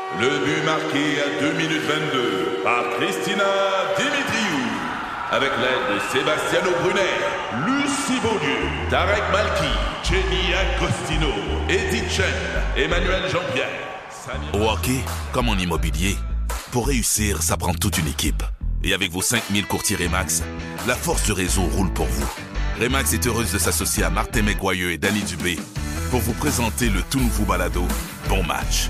Le but marqué à 2 minutes 22 par Christina Dimitriou. Avec l'aide de Sebastiano Brunet, Lucie Beaulieu, Tarek Malki, Jenny Agostino, Edith Chen, Emmanuel Jean-Pierre. Au hockey, comme en immobilier, pour réussir, ça prend toute une équipe. Et avec vos 5000 courtiers Remax, la force du réseau roule pour vous. Remax est heureuse de s'associer à Martin McGuire et Danny Dubé pour vous présenter le tout nouveau balado Bon Match.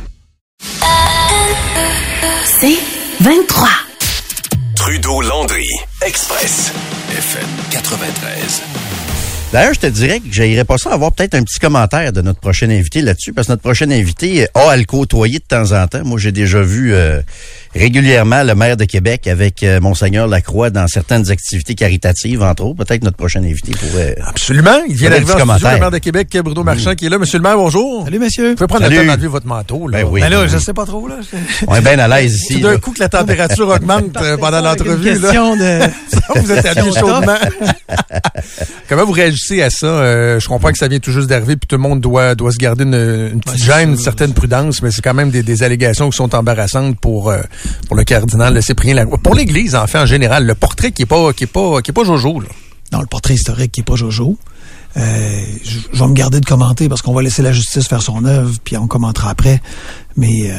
C'est 23. Trudeau-Landry, Express, FM 93. D'ailleurs, je te dirais que j'aimerais pas ça avoir peut-être un petit commentaire de notre prochain invité là-dessus, parce que notre prochain invité a à le côtoyer de temps en temps. Moi, j'ai déjà vu régulièrement le maire de Québec avec Monseigneur Lacroix dans certaines activités caritatives, entre autres. Peut-être notre prochain invité pourrait... Absolument. Il vient d'arriver en studio, le maire de Québec, Bruno Marchand, qui est là. Monsieur le maire, bonjour. Salut, monsieur. Vous pouvez prendre le temps d'enlever votre manteau, là. Ben oui. Ben là, je sais pas trop, là. On est bien à l'aise ici. Tout d'un coup que la température augmente pendant l'entrevue, une question là. Vous êtes habillé chaudement. Comment vous réagissez à ça? Je comprends que ça vient tout juste d'arriver, puis tout le monde doit se garder une petite gêne, une certaine prudence, mais c'est quand même des allégations qui sont embarrassantes pour le cardinal le Cyprien Lacroix. Pour l'Église, en fait, en général, le portrait qui est pas Jojo, là. Non, le portrait historique qui est pas Jojo. Je vais me garder de commenter parce qu'on va laisser la justice faire son œuvre, puis on commentera après. Mais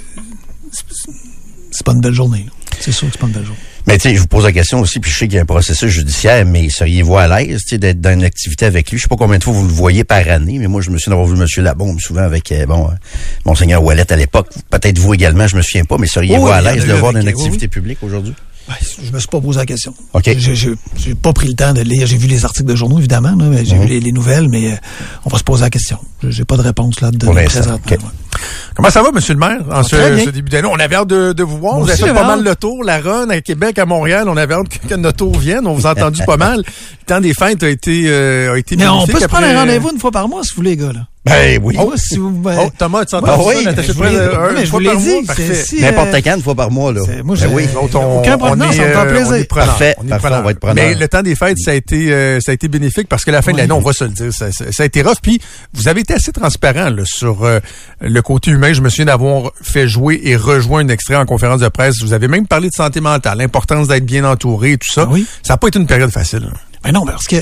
c'est pas une belle journée. C'est sûr que c'est pas une belle journée. Mais tu sais, je vous pose la question aussi, puis je sais qu'il y a un processus judiciaire, mais seriez-vous à l'aise, tu sais, d'être dans une activité avec lui? Je sais pas combien de fois vous le voyez par année, mais moi, je me souviens d'avoir vu M. Labombe souvent avec, Monseigneur Ouellet à l'époque. Peut-être vous également, je me souviens pas, mais seriez-vous à l'aise de le voir dans une activité publique aujourd'hui? Ben, je me suis pas posé la question. OK. J'ai pas pris le temps de lire. J'ai vu les articles de journaux, évidemment, là, mais j'ai vu les nouvelles, mais on va se poser la question. J'ai pas de réponse là de présentement. Okay. Ouais. Comment ça va, monsieur le maire, en ce début d'année? On avait hâte de vous voir. Moi vous avez aussi, fait pas mal le tour, la run à Québec, à Montréal. On avait hâte que notre tour vienne. On vous a entendu pas mal. Le temps des fêtes a été Mais on peut se prendre un rendez-vous une fois par mois, si vous voulez, les gars, là. Ben oui. Oh, si vous, Thomas, tu Ah oui, je vous l'ai dit. N'importe quand, une fois par mois, là. Moi, oui. Aucun problème, ça me fait plaisir. Parfait, on va être preneur. Mais le temps des fêtes, ça a été bénéfique parce que la fin de l'année, on va se le dire, ça a été rough. Puis, vous avez été assez transparent là, sur le côté humain. Je me souviens d'avoir fait jouer et rejoint un extrait en conférence de presse. Vous avez même parlé de santé mentale, l'importance d'être bien entouré et tout ça. Oui. Ça n'a pas été une période facile. Ben non, parce que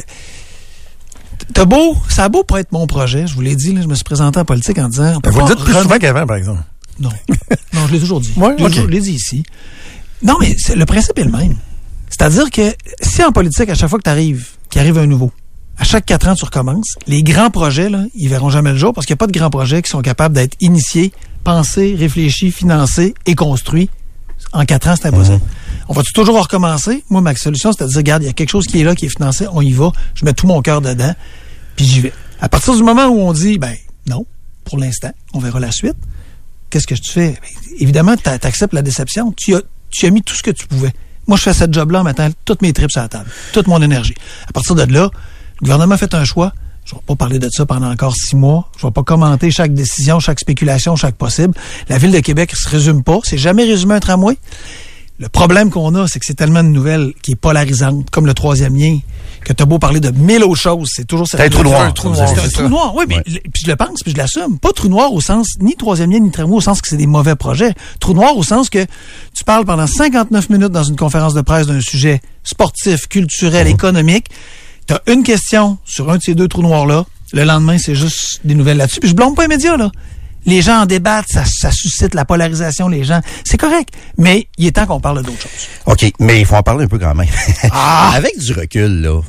ça a beau pas être mon projet, je vous l'ai dit, là, je me suis présenté en politique en disant... Vous le dites plus souvent qu'avant, par exemple. Non. Non, je l'ai toujours dit. Ouais, Je l'ai dit ici. Non, mais le principe est le même. C'est-à-dire que si en politique, à chaque fois qu'il arrive un nouveau, à chaque 4 ans, tu recommences, les grands projets, là, ils verront jamais le jour parce qu'il n'y a pas de grands projets qui sont capables d'être initiés, pensés, réfléchis, financés et construits. En 4 ans, c'est impossible. On va toujours recommencer? Moi, ma solution, c'est de dire, regarde, il y a quelque chose qui est là, qui est financé, on y va, je mets tout mon cœur dedans, puis j'y vais. À partir du moment où on dit, ben non, pour l'instant, on verra la suite, qu'est-ce que tu fais? Ben, évidemment, tu acceptes la déception. Tu as mis tout ce que tu pouvais. Moi, je fais cette job-là en mettant toutes mes tripes sur la table, toute mon énergie. À partir de là, le gouvernement a fait un choix. Je ne vais pas parler de ça pendant encore 6 mois. Je ne vais pas commenter chaque décision, chaque spéculation, chaque possible. La Ville de Québec ne se résume pas. C'est jamais résumé un tramway. Le problème qu'on a, c'est que c'est tellement de nouvelles qui est polarisante, comme le 3e lien, que t'as beau parler de 1000 autres choses, c'est toujours c'est un trou noir. C'est un trou noir, oui, mais puis je le pense, puis je l'assume. Pas trou noir au sens, ni 3e lien, ni tramway au sens que c'est des mauvais projets. Trou noir au sens que tu parles pendant 59 minutes dans une conférence de presse d'un sujet sportif, culturel, économique. T'as une question sur un de ces 2 trous noirs-là. Le lendemain, c'est juste des nouvelles là-dessus. Puis je blâme pas les médias, là. Les gens en débattent, ça suscite la polarisation, les gens. C'est correct, mais il est temps qu'on parle d'autres choses. OK, mais il faut en parler un peu quand même. Avec du recul, là,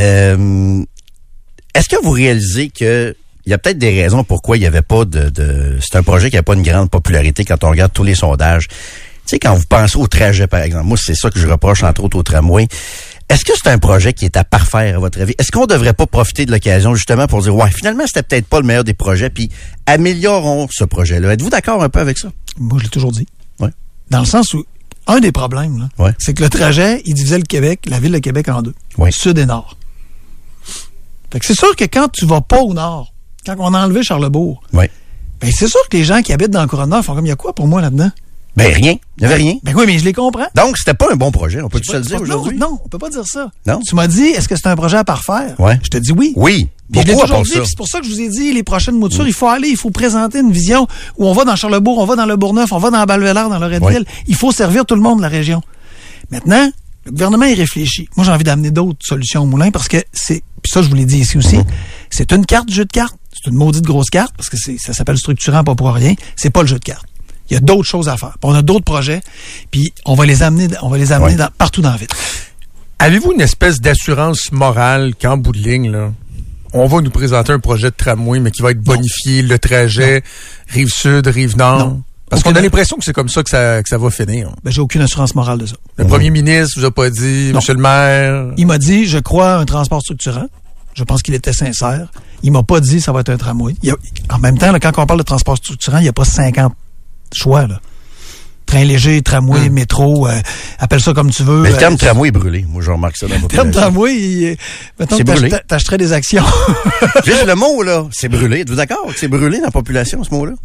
est-ce que vous réalisez que il y a peut-être des raisons pourquoi il n'y avait pas c'est un projet qui n'a pas une grande popularité quand on regarde tous les sondages. Tu sais, quand vous pensez au trajet, par exemple, moi, c'est ça que je reproche, entre autres, au tramway. Est-ce que c'est un projet qui est à parfaire, à votre avis? Est-ce qu'on devrait pas profiter de l'occasion, justement, pour dire, ouais, finalement, c'était peut-être pas le meilleur des projets, puis améliorons ce projet-là. Êtes-vous d'accord un peu avec ça? Moi, je l'ai toujours dit. Ouais. Dans le sens où, un des problèmes, là, c'est que le trajet, il divisait le Québec, la ville de Québec en 2. Oui. Sud et nord. Fait que c'est sûr que quand tu vas pas au nord, quand on a enlevé Charlesbourg, ben c'est sûr que les gens qui habitent dans le couronne nord font comme, il y a quoi pour moi là-dedans? Ben rien. Il n'y avait rien. Ben oui, mais je les comprends. Donc, c'était pas un bon projet. On peut se le dire aujourd'hui? Non, on peut pas dire ça. Non. Tu m'as dit, est-ce que c'est un projet à parfaire? Ouais. Je te dis oui. Oui. Puis je l'ai Pourquoi toujours pour dit, ça? puis c'est pour ça que je vous ai dit, les prochaines moutures, il faut aller, il faut présenter une vision où on va dans Charlesbourg, on va dans le Bourgneuf, on va dans Val-Vélaire, dans Loretteville. Ouais. Il faut servir tout le monde de la région. Maintenant, le gouvernement y réfléchit. Moi, j'ai envie d'amener d'autres solutions au moulin parce que c'est, puis ça, je vous l'ai dit ici aussi, c'est une carte, jeu de cartes. C'est une maudite grosse carte parce que ça s'appelle structurant, pas pour rien. C'est pas le jeu de cartes. Il y a d'autres choses à faire. Puis on a d'autres projets, puis on va les amener partout dans la ville. Avez-vous une espèce d'assurance morale qu'en bout de ligne, là, on va nous présenter un projet de tramway, mais qui va être bonifié, le trajet, rive sud, rive nord? Non. Parce qu'on a l'impression que c'est comme ça que ça va finir. Ben, j'ai aucune assurance morale de ça. Le premier ministre vous a pas dit, Non. monsieur le maire? Il m'a dit, je crois à un transport structurant. Je pense qu'il était sincère. Il m'a pas dit, ça va être un tramway. En même temps, là, quand on parle de transport structurant, il n'y a pas 50 choix, là. Train léger, tramway, métro, appelle ça comme tu veux. Mais le terme tramway est brûlé. Moi, je remarque ça dans Le terme tramway, mettons c'est brûlé. que t'achèterais des actions. Juste le mot, là, c'est brûlé. Êtes-vous d'accord que c'est brûlé dans la population, ce mot-là?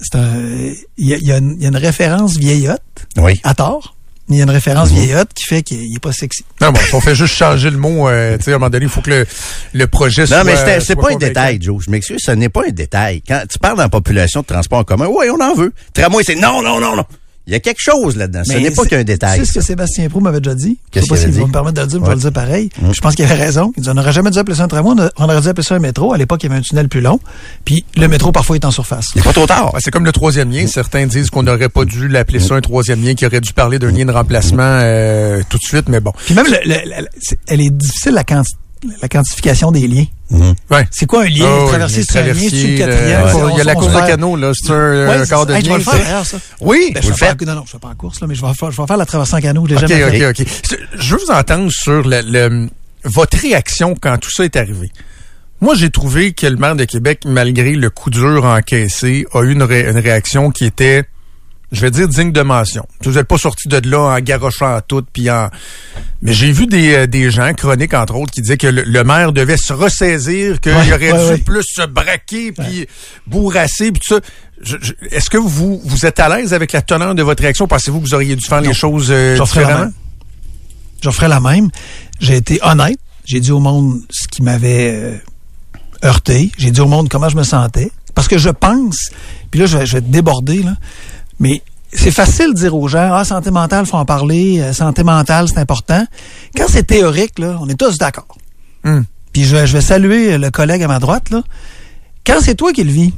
Il y a une référence vieillotte, Oui. à tort. Il y a une référence vieillotte qui fait qu'il est pas sexy. Non, bon, on fait juste changer le mot, tu sais, à un moment donné, il faut que le projet soit... Non, mais c'est soit pas un convaincant. détail, Joe. Je m'excuse, ce n'est pas un détail. Quand tu parles dans la population de transport en commun, oui, on en veut. Tramway, c'est non. Il y a quelque chose là-dedans. Ce Mais n'est pas qu'un détail. Tu sais ce que Sébastien Proulx m'avait déjà dit? Qu'est-ce Je sais pas qu'il avait s'il va dit? me permettre de le dire, mais je vais le dire pareil. Je pense qu'il avait raison. Il dit, on n'aurait jamais dû appeler ça un tramway, on aurait dû appeler ça un métro. À l'époque, il y avait un tunnel plus long. Puis le métro, parfois, est en surface. Il n'est pas trop tard. Ben, c'est comme le troisième lien. Certains disent qu'on n'aurait pas dû l'appeler ça un troisième lien, qu'il aurait dû parler d'un lien de remplacement tout de suite, mais bon. Puis même, elle est difficile, la quantification des liens. Ouais. C'est quoi un lien? Traverser sur un lien, sur le quatrième. Il y a la course de canot, là. C'est un quart de Je vais lien. le faire, d'ailleurs, ça. Oui, Ben, vous le faites. non, je fais pas en course, là, mais je vais faire la traversée en canot. J'ai OK. jamais fait. Je veux vous entendre sur votre réaction quand tout ça est arrivé. Moi, j'ai trouvé que le maire de Québec, malgré le coup dur encaissé, a eu une réaction qui était, je vais dire, digne de mention. Vous n'êtes pas sorti de là en garochant tout, mais j'ai vu des gens, chroniques entre autres, qui disaient que le maire devait se ressaisir, qu'il aurait dû plus se braquer, puis bourrasser, puis tout ça. Est-ce que vous êtes à l'aise avec la teneur de votre réaction? Pensez-vous que vous auriez dû faire les choses différemment? Je referais la même. J'ai été honnête. J'ai dit au monde ce qui m'avait heurté. J'ai dit au monde comment je me sentais. Parce que je pense, puis là, je vais te déborder, là, mais c'est facile de dire aux gens, santé mentale, faut en parler, santé mentale, c'est important. Quand c'est théorique, là, on est tous d'accord. Puis je vais saluer le collègue à ma droite, là. Quand c'est toi qui le vis,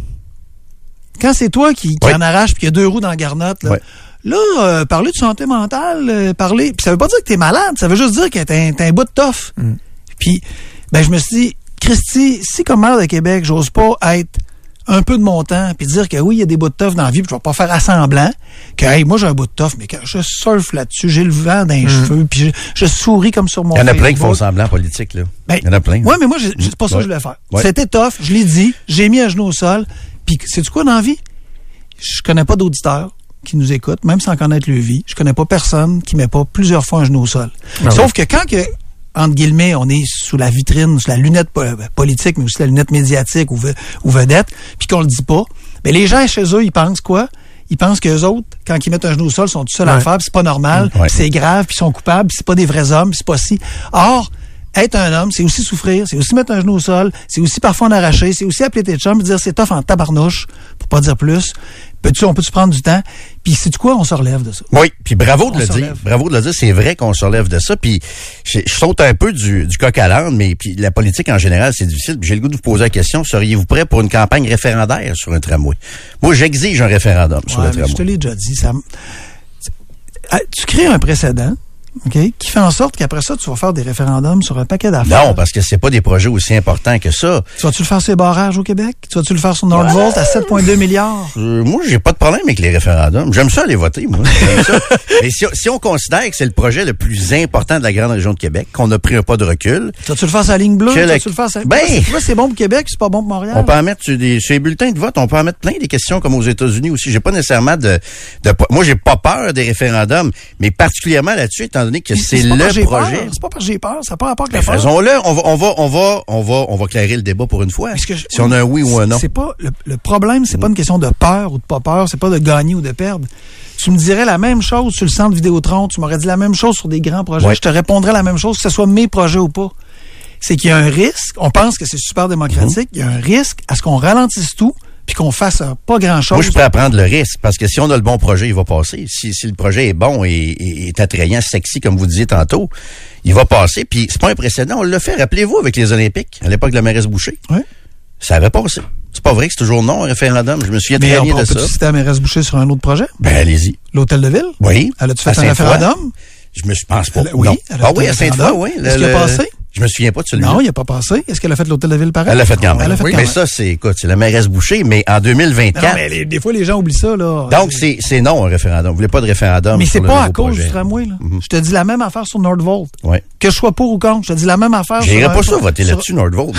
quand c'est toi qui en arrache puis qu'il y a 2 roues dans la garnotte, là, parler de santé mentale, puis ça veut pas dire que t'es malade, ça veut juste dire que t'as un bout de toffe. Puis, je me suis dit, Christy, si comme maire de Québec, j'ose pas être un peu de mon temps, puis dire que oui, il y a des bouts de toffe dans la vie, puis je vais pas faire assemblant, que hey, moi j'ai un bout de toffe, mais que je surfe là-dessus, j'ai le vent dans les cheveux, puis je souris comme sur mon Il y en a Facebook. plein qui font semblant politique, là. Il y en a plein. Oui, mais moi, c'est pas ça que je voulais faire. C'était tough, je l'ai dit, j'ai mis un genou au sol, puis sais-tu quoi dans la vie? Je connais pas d'auditeurs qui nous écoutent, même sans connaître leur vie. Je connais pas personne qui met pas plusieurs fois un genou au sol. Sauf que quand entre guillemets, on est sous la vitrine, sous la lunette politique, mais aussi la lunette médiatique ou vedette, puis qu'on le dit pas, mais les gens chez eux, ils pensent quoi? Ils pensent qu'eux autres, quand ils mettent un genou au sol, sont tout seuls à le faire, puis c'est pas normal, puis c'est grave, puis ils sont coupables, puis c'est pas des vrais hommes, puis c'est pas si. Or, être un homme, c'est aussi souffrir, c'est aussi mettre un genou au sol, c'est aussi parfois en arracher, c'est aussi appeler tes chums et dire c'est tough en tabarnouche, pour pas dire plus. On peut-tu prendre du temps? Puis sais-tu quoi? On se relève de ça. Oui, puis bravo de le dire. Bravo de le dire. C'est vrai qu'on se relève de ça. Puis je saute un peu du coq à l'âne, mais puis la politique en général, c'est difficile. J'ai le goût de vous poser la question, seriez-vous prêt pour une campagne référendaire sur un tramway? Moi, j'exige un référendum sur le tramway. Je te l'ai déjà dit. Tu crées un précédent, OK, qui fait en sorte qu'après ça, tu vas faire des référendums sur un paquet d'affaires. Non, parce que c'est pas des projets aussi importants que ça. Tu vas-tu le faire sur les barrages au Québec? Tu vas-tu le faire sur Northvolt à 7,2 milliards? Moi, j'ai pas de problème avec les référendums. J'aime ça aller voter, moi. J'aime ça. Mais si on considère que c'est le projet le plus important de la grande région de Québec, qu'on a pris un pas de recul. Tu vas-tu le faire sur la ligne bleue? Tu vas-tu le faire sur... Tu vois, c'est bon pour Québec, c'est pas bon pour Montréal. On peut en mettre sur les bulletins de vote, on peut en mettre plein des questions comme aux États-Unis aussi. J'ai pas nécessairement moi, j'ai pas peur des référendums, mais particulièrement là-dessus, étant donné que c'est le projet. C'est pas parce que j'ai peur, ça n'a pas rapport avec la peur. Faisons-le. On va clairer le débat pour une fois. Si on a un oui ou un non. C'est pas, le problème, c'est pas une question de peur ou de pas peur, c'est pas de gagner ou de perdre. tu me dirais la même chose sur le centre Vidéotron, tu m'aurais dit la même chose sur des grands projets, Ouais. je te répondrais la même chose, que ce soit mes projets ou pas. C'est qu'il y a un risque, on pense que c'est super démocratique, il y a un risque à ce qu'on ralentisse tout, puis qu'on fasse pas grand-chose. Moi, je suis prêt à prendre le risque, parce que si on a le bon projet, il va passer. Si le projet est bon et est attrayant, sexy, comme vous disiez tantôt, il va passer. Puis c'est pas un précédent, on l'a fait. Rappelez-vous, avec les Olympiques, à l'époque de la mairesse Boucher. Oui. Ça avait passé. C'est pas vrai que c'est toujours non, un référendum. Je me souviens Mais très on bien de ça. peut citer la mairesse Boucher sur un autre projet? Ben, allez-y. L'Hôtel de Ville? Oui. Elle a-tu À fait un Sainte-Foy. référendum? Je me pense pas. Oui, Non. elle a Ah fait oui, un à Sainte-Foy, référendum. oui. Est-ce qu'il a passé? Je me souviens pas de celui-là. Non, il n'a pas passé. Est-ce qu'elle a fait l'Hôtel de Ville pareil? Elle l'a fait quand même. Elle l'a fait Oui, quand mais même. ça, c'est la mairesse Boucher, mais en 2024. Non, mais des fois, les gens oublient ça, là. Donc, c'est non, un référendum. Vous voulez pas de référendum. Mais sur c'est le pas à nouveau cause projet. du tramway, là. Je te dis la même affaire sur Nordvolt. Oui. Que je sois pour ou contre, je te dis la même affaire J'irais pas ça, voter là-dessus, Nordvolt.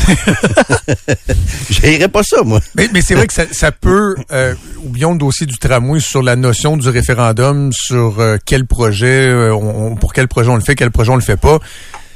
J'irais pas ça, moi. Mais c'est vrai que ça peut, oublions le dossier du tramway sur la notion du référendum, sur quel projet, pour quel projet on le fait, quel projet on le fait pas.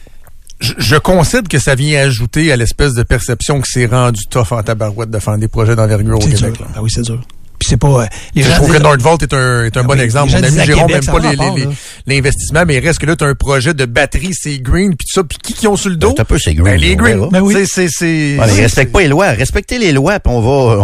Je concède que ça vient ajouter à l'espèce de perception que c'est rendu tough en tabarouette de faire des projets d'envergure au C'est Québec. dur. Ben oui, c'est dur. Puis c'est pas... les Je gens trouve que disent- Nordvolt est un bon oui, exemple. les gens Mon ami disent à Jérôme Québec, n'aime pas ça a rapport, là. l'investissement, mais il reste que là, tu as un projet de batterie, c'est green, puis tout ça, puis qui ont sur le dos? C'est un peu, c'est green. Ben, les on green. verra. Ben oui. C'est... Ouais, mais ils respectent pas les lois. Respectez les lois, puis on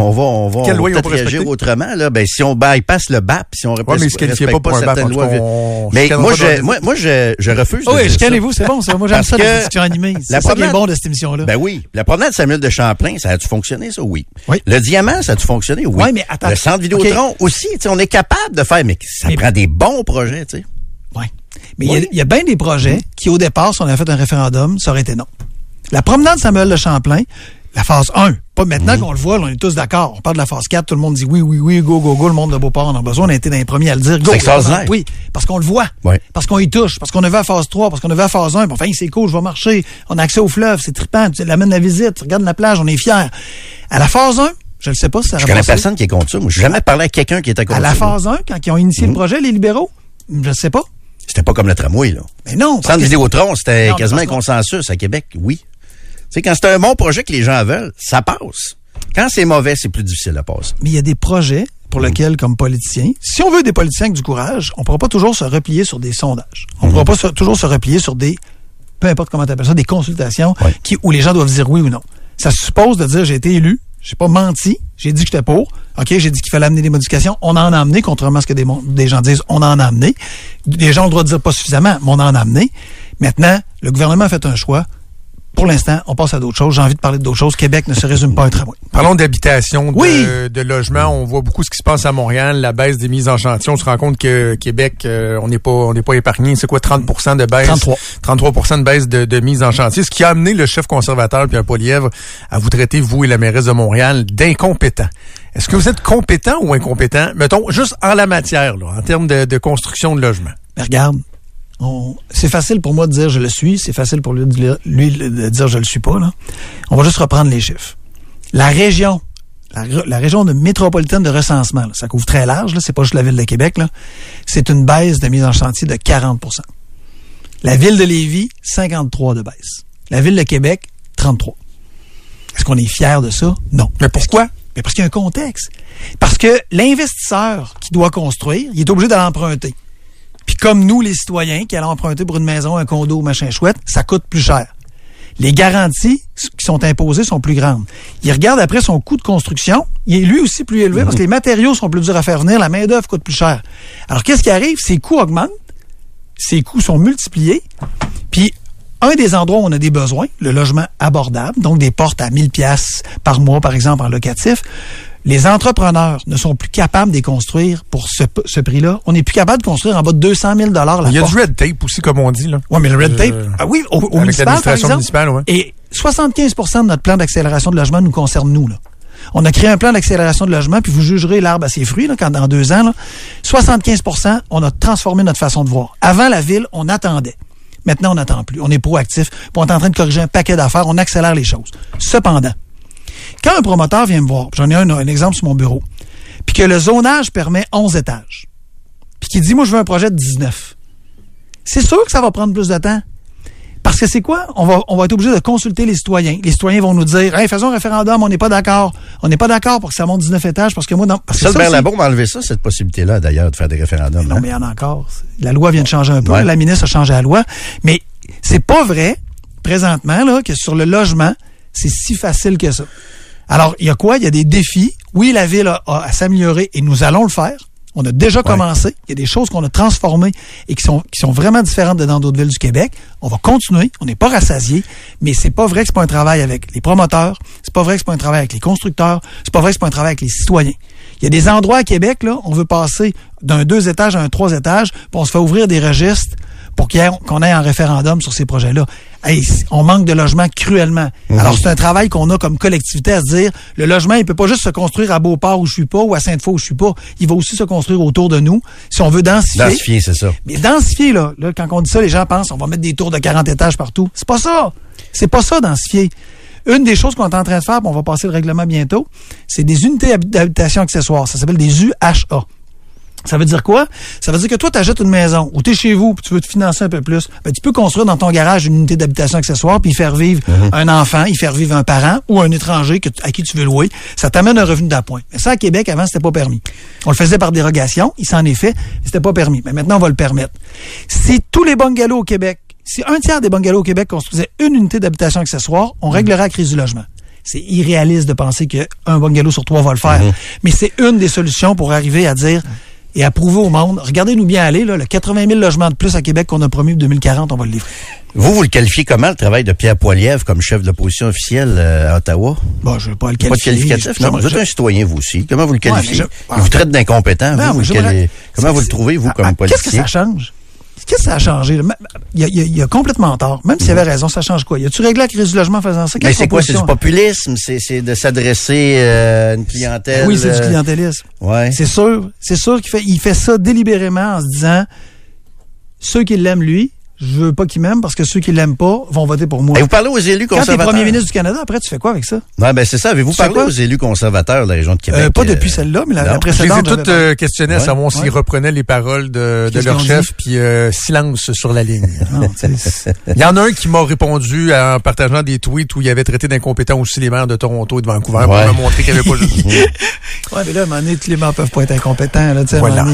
va Quelle loi ils ont peut-être pas réagir respecté? autrement, là. Ben, si on bypass le BAP, si on Ouais, mais ils se qualifiaient respecte pas pour un BAP, certaines en tout cas, lois. on Mais chicanera moi, pas dans les- moi, je refuse de Oui, dire ça. chicanez-vous, c'est bon, ça. Moi, j'aime Parce ça, que la discussion animée. C'est la ça qui est promenade- bon de cette émission-là. Ben oui. La promenade Samuel de Champlain, ça a-tu fonctionné, ça? Oui. Oui. Le Diamant, ça a-tu fonctionné? Oui. Ouais, mais attends. Le centre Vidéotron aussi, tu sais, on est capable de faire, mais ça prend des bons projets, tu sais. Oui. Mais il y a bien des projets qui, au départ, si on avait fait un référendum, ça aurait été non. La promenade Samuel de Champlain, la phase 1, pas maintenant qu'on le voit, là, on est tous d'accord. On parle de la phase 4, tout le monde dit oui, oui, oui, go, go, go, le monde de Beauport, on a besoin, on a été dans les premiers à le dire. Go, C'est extraordinaire. Oui, parce qu'on le voit, Ouais. parce qu'on y touche, parce qu'on a vu à phase 3, parce qu'on a vu à phase 1, puis enfin, c'est cool, je vais marcher, on a accès au fleuve, c'est trippant, tu l'amènes la visite, tu regardes la plage, on est fiers. À la phase 1, je ne sais pas si ça Je aurait connais passé. personne qui est contre ça. Moi, j'ai jamais parlé à quelqu'un qui était contre À la ça. phase 1, quand ils ont initié le projet, les libéraux, je ne sais pas. C'était pas comme le tramway, là. Mais non. parce Centre que- Vidéotron, c'était Non, mais quasiment un parce consensus à Québec, oui. Tu sais, quand c'est un bon projet que les gens veulent, ça passe. Quand c'est mauvais, c'est plus difficile à passer. Mais il y a des projets pour lesquels, comme politiciens, si on veut des politiciens avec du courage, on ne pourra pas toujours se replier sur des sondages. On ne pourra pas toujours se replier sur des, peu importe comment tu appelles ça, des consultations Ouais. où les gens doivent dire oui ou non. Ça suppose de dire j'ai été élu, j'ai pas menti, j'ai dit que j'étais pour, OK, j'ai dit qu'il fallait amener des modifications, on en a amené, contrairement à ce que des gens disent, on en a amené. Les gens ont le droit de dire pas suffisamment, mais on en a amené. Maintenant, le gouvernement a fait un choix. Pour l'instant, on passe à d'autres choses. J'ai envie de parler d'autres choses. Québec ne se résume pas à un tramway. Parlons d'habitation, Oui. de logement. On voit beaucoup ce qui se passe à Montréal, la baisse des mises en chantier. On se rend compte que Québec, on n'est pas épargné. C'est quoi, 30% de baisse? 33% de baisse de mise en chantier. Ce qui a amené le chef conservateur, Pierre Poilievre, à vous traiter, vous et la mairesse de Montréal, d'incompétents. Est-ce que vous êtes compétent ou incompétent? Mettons, juste en la matière, là, en termes de construction de logement. Mais regarde, c'est facile pour moi de dire je le suis, c'est facile pour lui de dire je le suis pas. Là. On va juste reprendre les chiffres. La région de métropolitaine de recensement, là, ça couvre très large, là, c'est pas juste la ville de Québec, là, c'est une baisse de mise en chantier de 40%. La ville de Lévis, 53 de baisse. La ville de Québec, 33. Est-ce qu'on est fier de ça? Non. Mais pourquoi? Mais parce qu'il y a un contexte. Parce que l'investisseur qui doit construire, il est obligé d'aller emprunter. Puis comme nous, les citoyens, qui allons emprunter pour une maison, un condo, machin chouette, ça coûte plus cher. Les garanties qui sont imposées sont plus grandes. Il regarde après son coût de construction, il est lui aussi plus élevé parce que les matériaux sont plus durs à faire venir, la main-d'œuvre coûte plus cher. Alors qu'est-ce qui arrive? Ses coûts augmentent, ses coûts sont multipliés, puis un des endroits où on a des besoins, le logement abordable, donc des portes à 1000 pièces par mois, par exemple, en locatif, les entrepreneurs ne sont plus capables de les construire pour ce prix-là. On n'est plus capable de construire en bas de 200 000 la porte. Il y a du red tape aussi, comme on dit, là. Oui, mais le red tape, oui, au avec municipal, par l'administration exemple. municipale, ouais. Et 75% de notre plan d'accélération de logement nous concerne nous, là. On a créé un plan d'accélération de logement, puis vous jugerez l'arbre à ses fruits, là, quand dans 2 ans, là. 75%, on a transformé notre façon de voir. Avant la ville, on attendait. Maintenant, on n'attend plus. On est proactif, puis on est en train de corriger un paquet d'affaires, on accélère les choses. Cependant, quand un promoteur vient me voir, j'en ai un exemple sur mon bureau, puis que le zonage permet 11 étages, puis qu'il dit, moi, je veux un projet de 19, c'est sûr que ça va prendre plus de temps. Parce que c'est quoi? On va être obligé de consulter les citoyens. Les citoyens vont nous dire, hey, faisons un référendum, on n'est pas d'accord. On n'est pas d'accord pour que ça monte 19 étages parce que moi, non. Parce que ça, Hubert Labo m'a enlevé ça, cette possibilité-là, d'ailleurs, de faire des référendums. Non, mais il y en a encore. La loi vient de changer un peu. Ouais. La ministre a changé la loi. Mais c'est pas vrai, présentement, là, que sur le logement, c'est si facile que ça. Alors, il y a quoi? Il y a des défis. Oui, la ville a à s'améliorer et nous allons le faire. On a déjà commencé. Il y a des choses qu'on a transformées et qui sont vraiment différentes de dans d'autres villes du Québec. On va continuer. On n'est pas rassasié. Mais c'est pas vrai que c'est pas un travail avec les promoteurs. C'est pas vrai que c'est pas un travail avec les constructeurs. C'est pas vrai que c'est pas un travail avec les citoyens. Il y a des endroits à Québec, là, on veut passer d'un 2 étages à un 3 étages, puis on se fait ouvrir des registres pour qu'on ait un référendum sur ces projets-là. Hey, on manque de logement cruellement. Alors, c'est un travail qu'on a comme collectivité à se dire, le logement, il peut pas juste se construire à Beauport où je suis pas ou à Sainte-Foy où je suis pas. Il va aussi se construire autour de nous. Si on veut densifier. Densifier, c'est ça. Mais densifier, là, quand on dit ça, les gens pensent, on va mettre des tours de 40 étages partout. C'est pas ça. C'est pas ça, densifier. Une des choses qu'on est en train de faire, puis on va passer le règlement bientôt, c'est des unités d'habitation accessoires. Ça s'appelle des UHA. Ça veut dire quoi? Ça veut dire que toi, tu achètes une maison ou tu es chez vous puis tu veux te financer un peu plus. Ben, tu peux construire dans ton garage une unité d'habitation accessoire puis y faire vivre un enfant, y faire vivre un parent ou un étranger à qui tu veux louer. Ça t'amène un revenu d'appoint. Mais ça, à Québec, avant, c'était pas permis. On le faisait par dérogation. Il s'en est fait. Mais c'était pas permis. Mais maintenant, on va le permettre. Si tous les bungalows au Québec, si un tiers des bungalows au Québec construisaient une unité d'habitation accessoire, on réglerait la crise du logement. C'est irréaliste de penser qu'un bungalow sur 3 va le faire. Mais c'est une des solutions pour arriver à dire et à prouver au monde, regardez-nous bien aller, là, le 80 000 logements de plus à Québec qu'on a promis pour 2040, on va le livrer. Vous le qualifiez comment, le travail de Pierre Poilievre comme chef de l'opposition officielle à Ottawa? Bon, je ne veux pas le qualifier. Pas de qualificatif? Non, vous êtes un citoyen, vous aussi. Comment vous le qualifiez? Il vous traite d'incompétent, comment vous le trouvez, vous, comme politicien? Qu'est-ce que ça change? Qu'est-ce que ça a changé? Il a complètement tort. Même s'il avait raison, ça change quoi? Y a-tu réglé la crise du logement en faisant ça? Mais c'est quoi? C'est du populisme? C'est de s'adresser à une clientèle? Oui, c'est du clientélisme. Ouais. C'est sûr. C'est sûr qu'il fait ça délibérément en se disant, ceux qui l'aiment, lui, je veux pas qu'ils m'aiment parce que ceux qui l'aiment pas vont voter pour moi. Et vous parlez aux élus conservateurs. Quand t'es premier ministre du Canada, après, tu fais quoi avec ça? Ouais, ben c'est ça. Avez-vous parlé aux élus conservateurs de la région de Québec? Pas depuis celle-là, mais la précédente. Je les ai toutes questionnées à savoir s'ils reprenaient les paroles de leur chef, puis silence sur la ligne. Non, il y en a un qui m'a répondu en partageant des tweets où il avait traité d'incompétents aussi les maires de Toronto et de Vancouver pour me montrer qu'il n'y avait pas juste. Ouais, mais là, à un moment donné, tous les maires peuvent pas être incompétents. Là, voilà.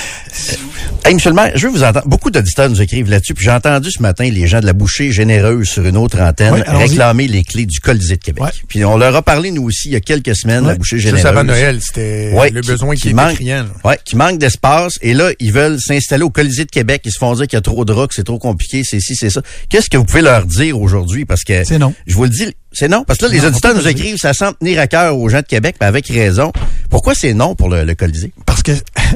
Hey, monsieur le maire, je veux vous entendre. Beaucoup d'auditeurs nous écrivent là-dessus, puis j'ai entendu ce matin les gens de la Bouchée Généreuse sur une autre antenne réclamer les clés du Colisée de Québec. Puis on leur a parlé, nous aussi, il y a quelques semaines, la Bouchée Généreuse. Juste avant Noël, c'était le besoin qui était criant. Oui, qui manque d'espace. Et là, ils veulent s'installer au Colisée de Québec. Ils se font dire qu'il y a trop de rats, que c'est trop compliqué, c'est ci, c'est ça. Qu'est-ce que vous pouvez leur dire aujourd'hui? Parce que c'est non. Je vous le dis, c'est non. Parce que là, les auditeurs nous écrivent, ça semble tenir à cœur aux gens de Québec, mais avec raison. Pourquoi c'est non pour le Colisée? Parce que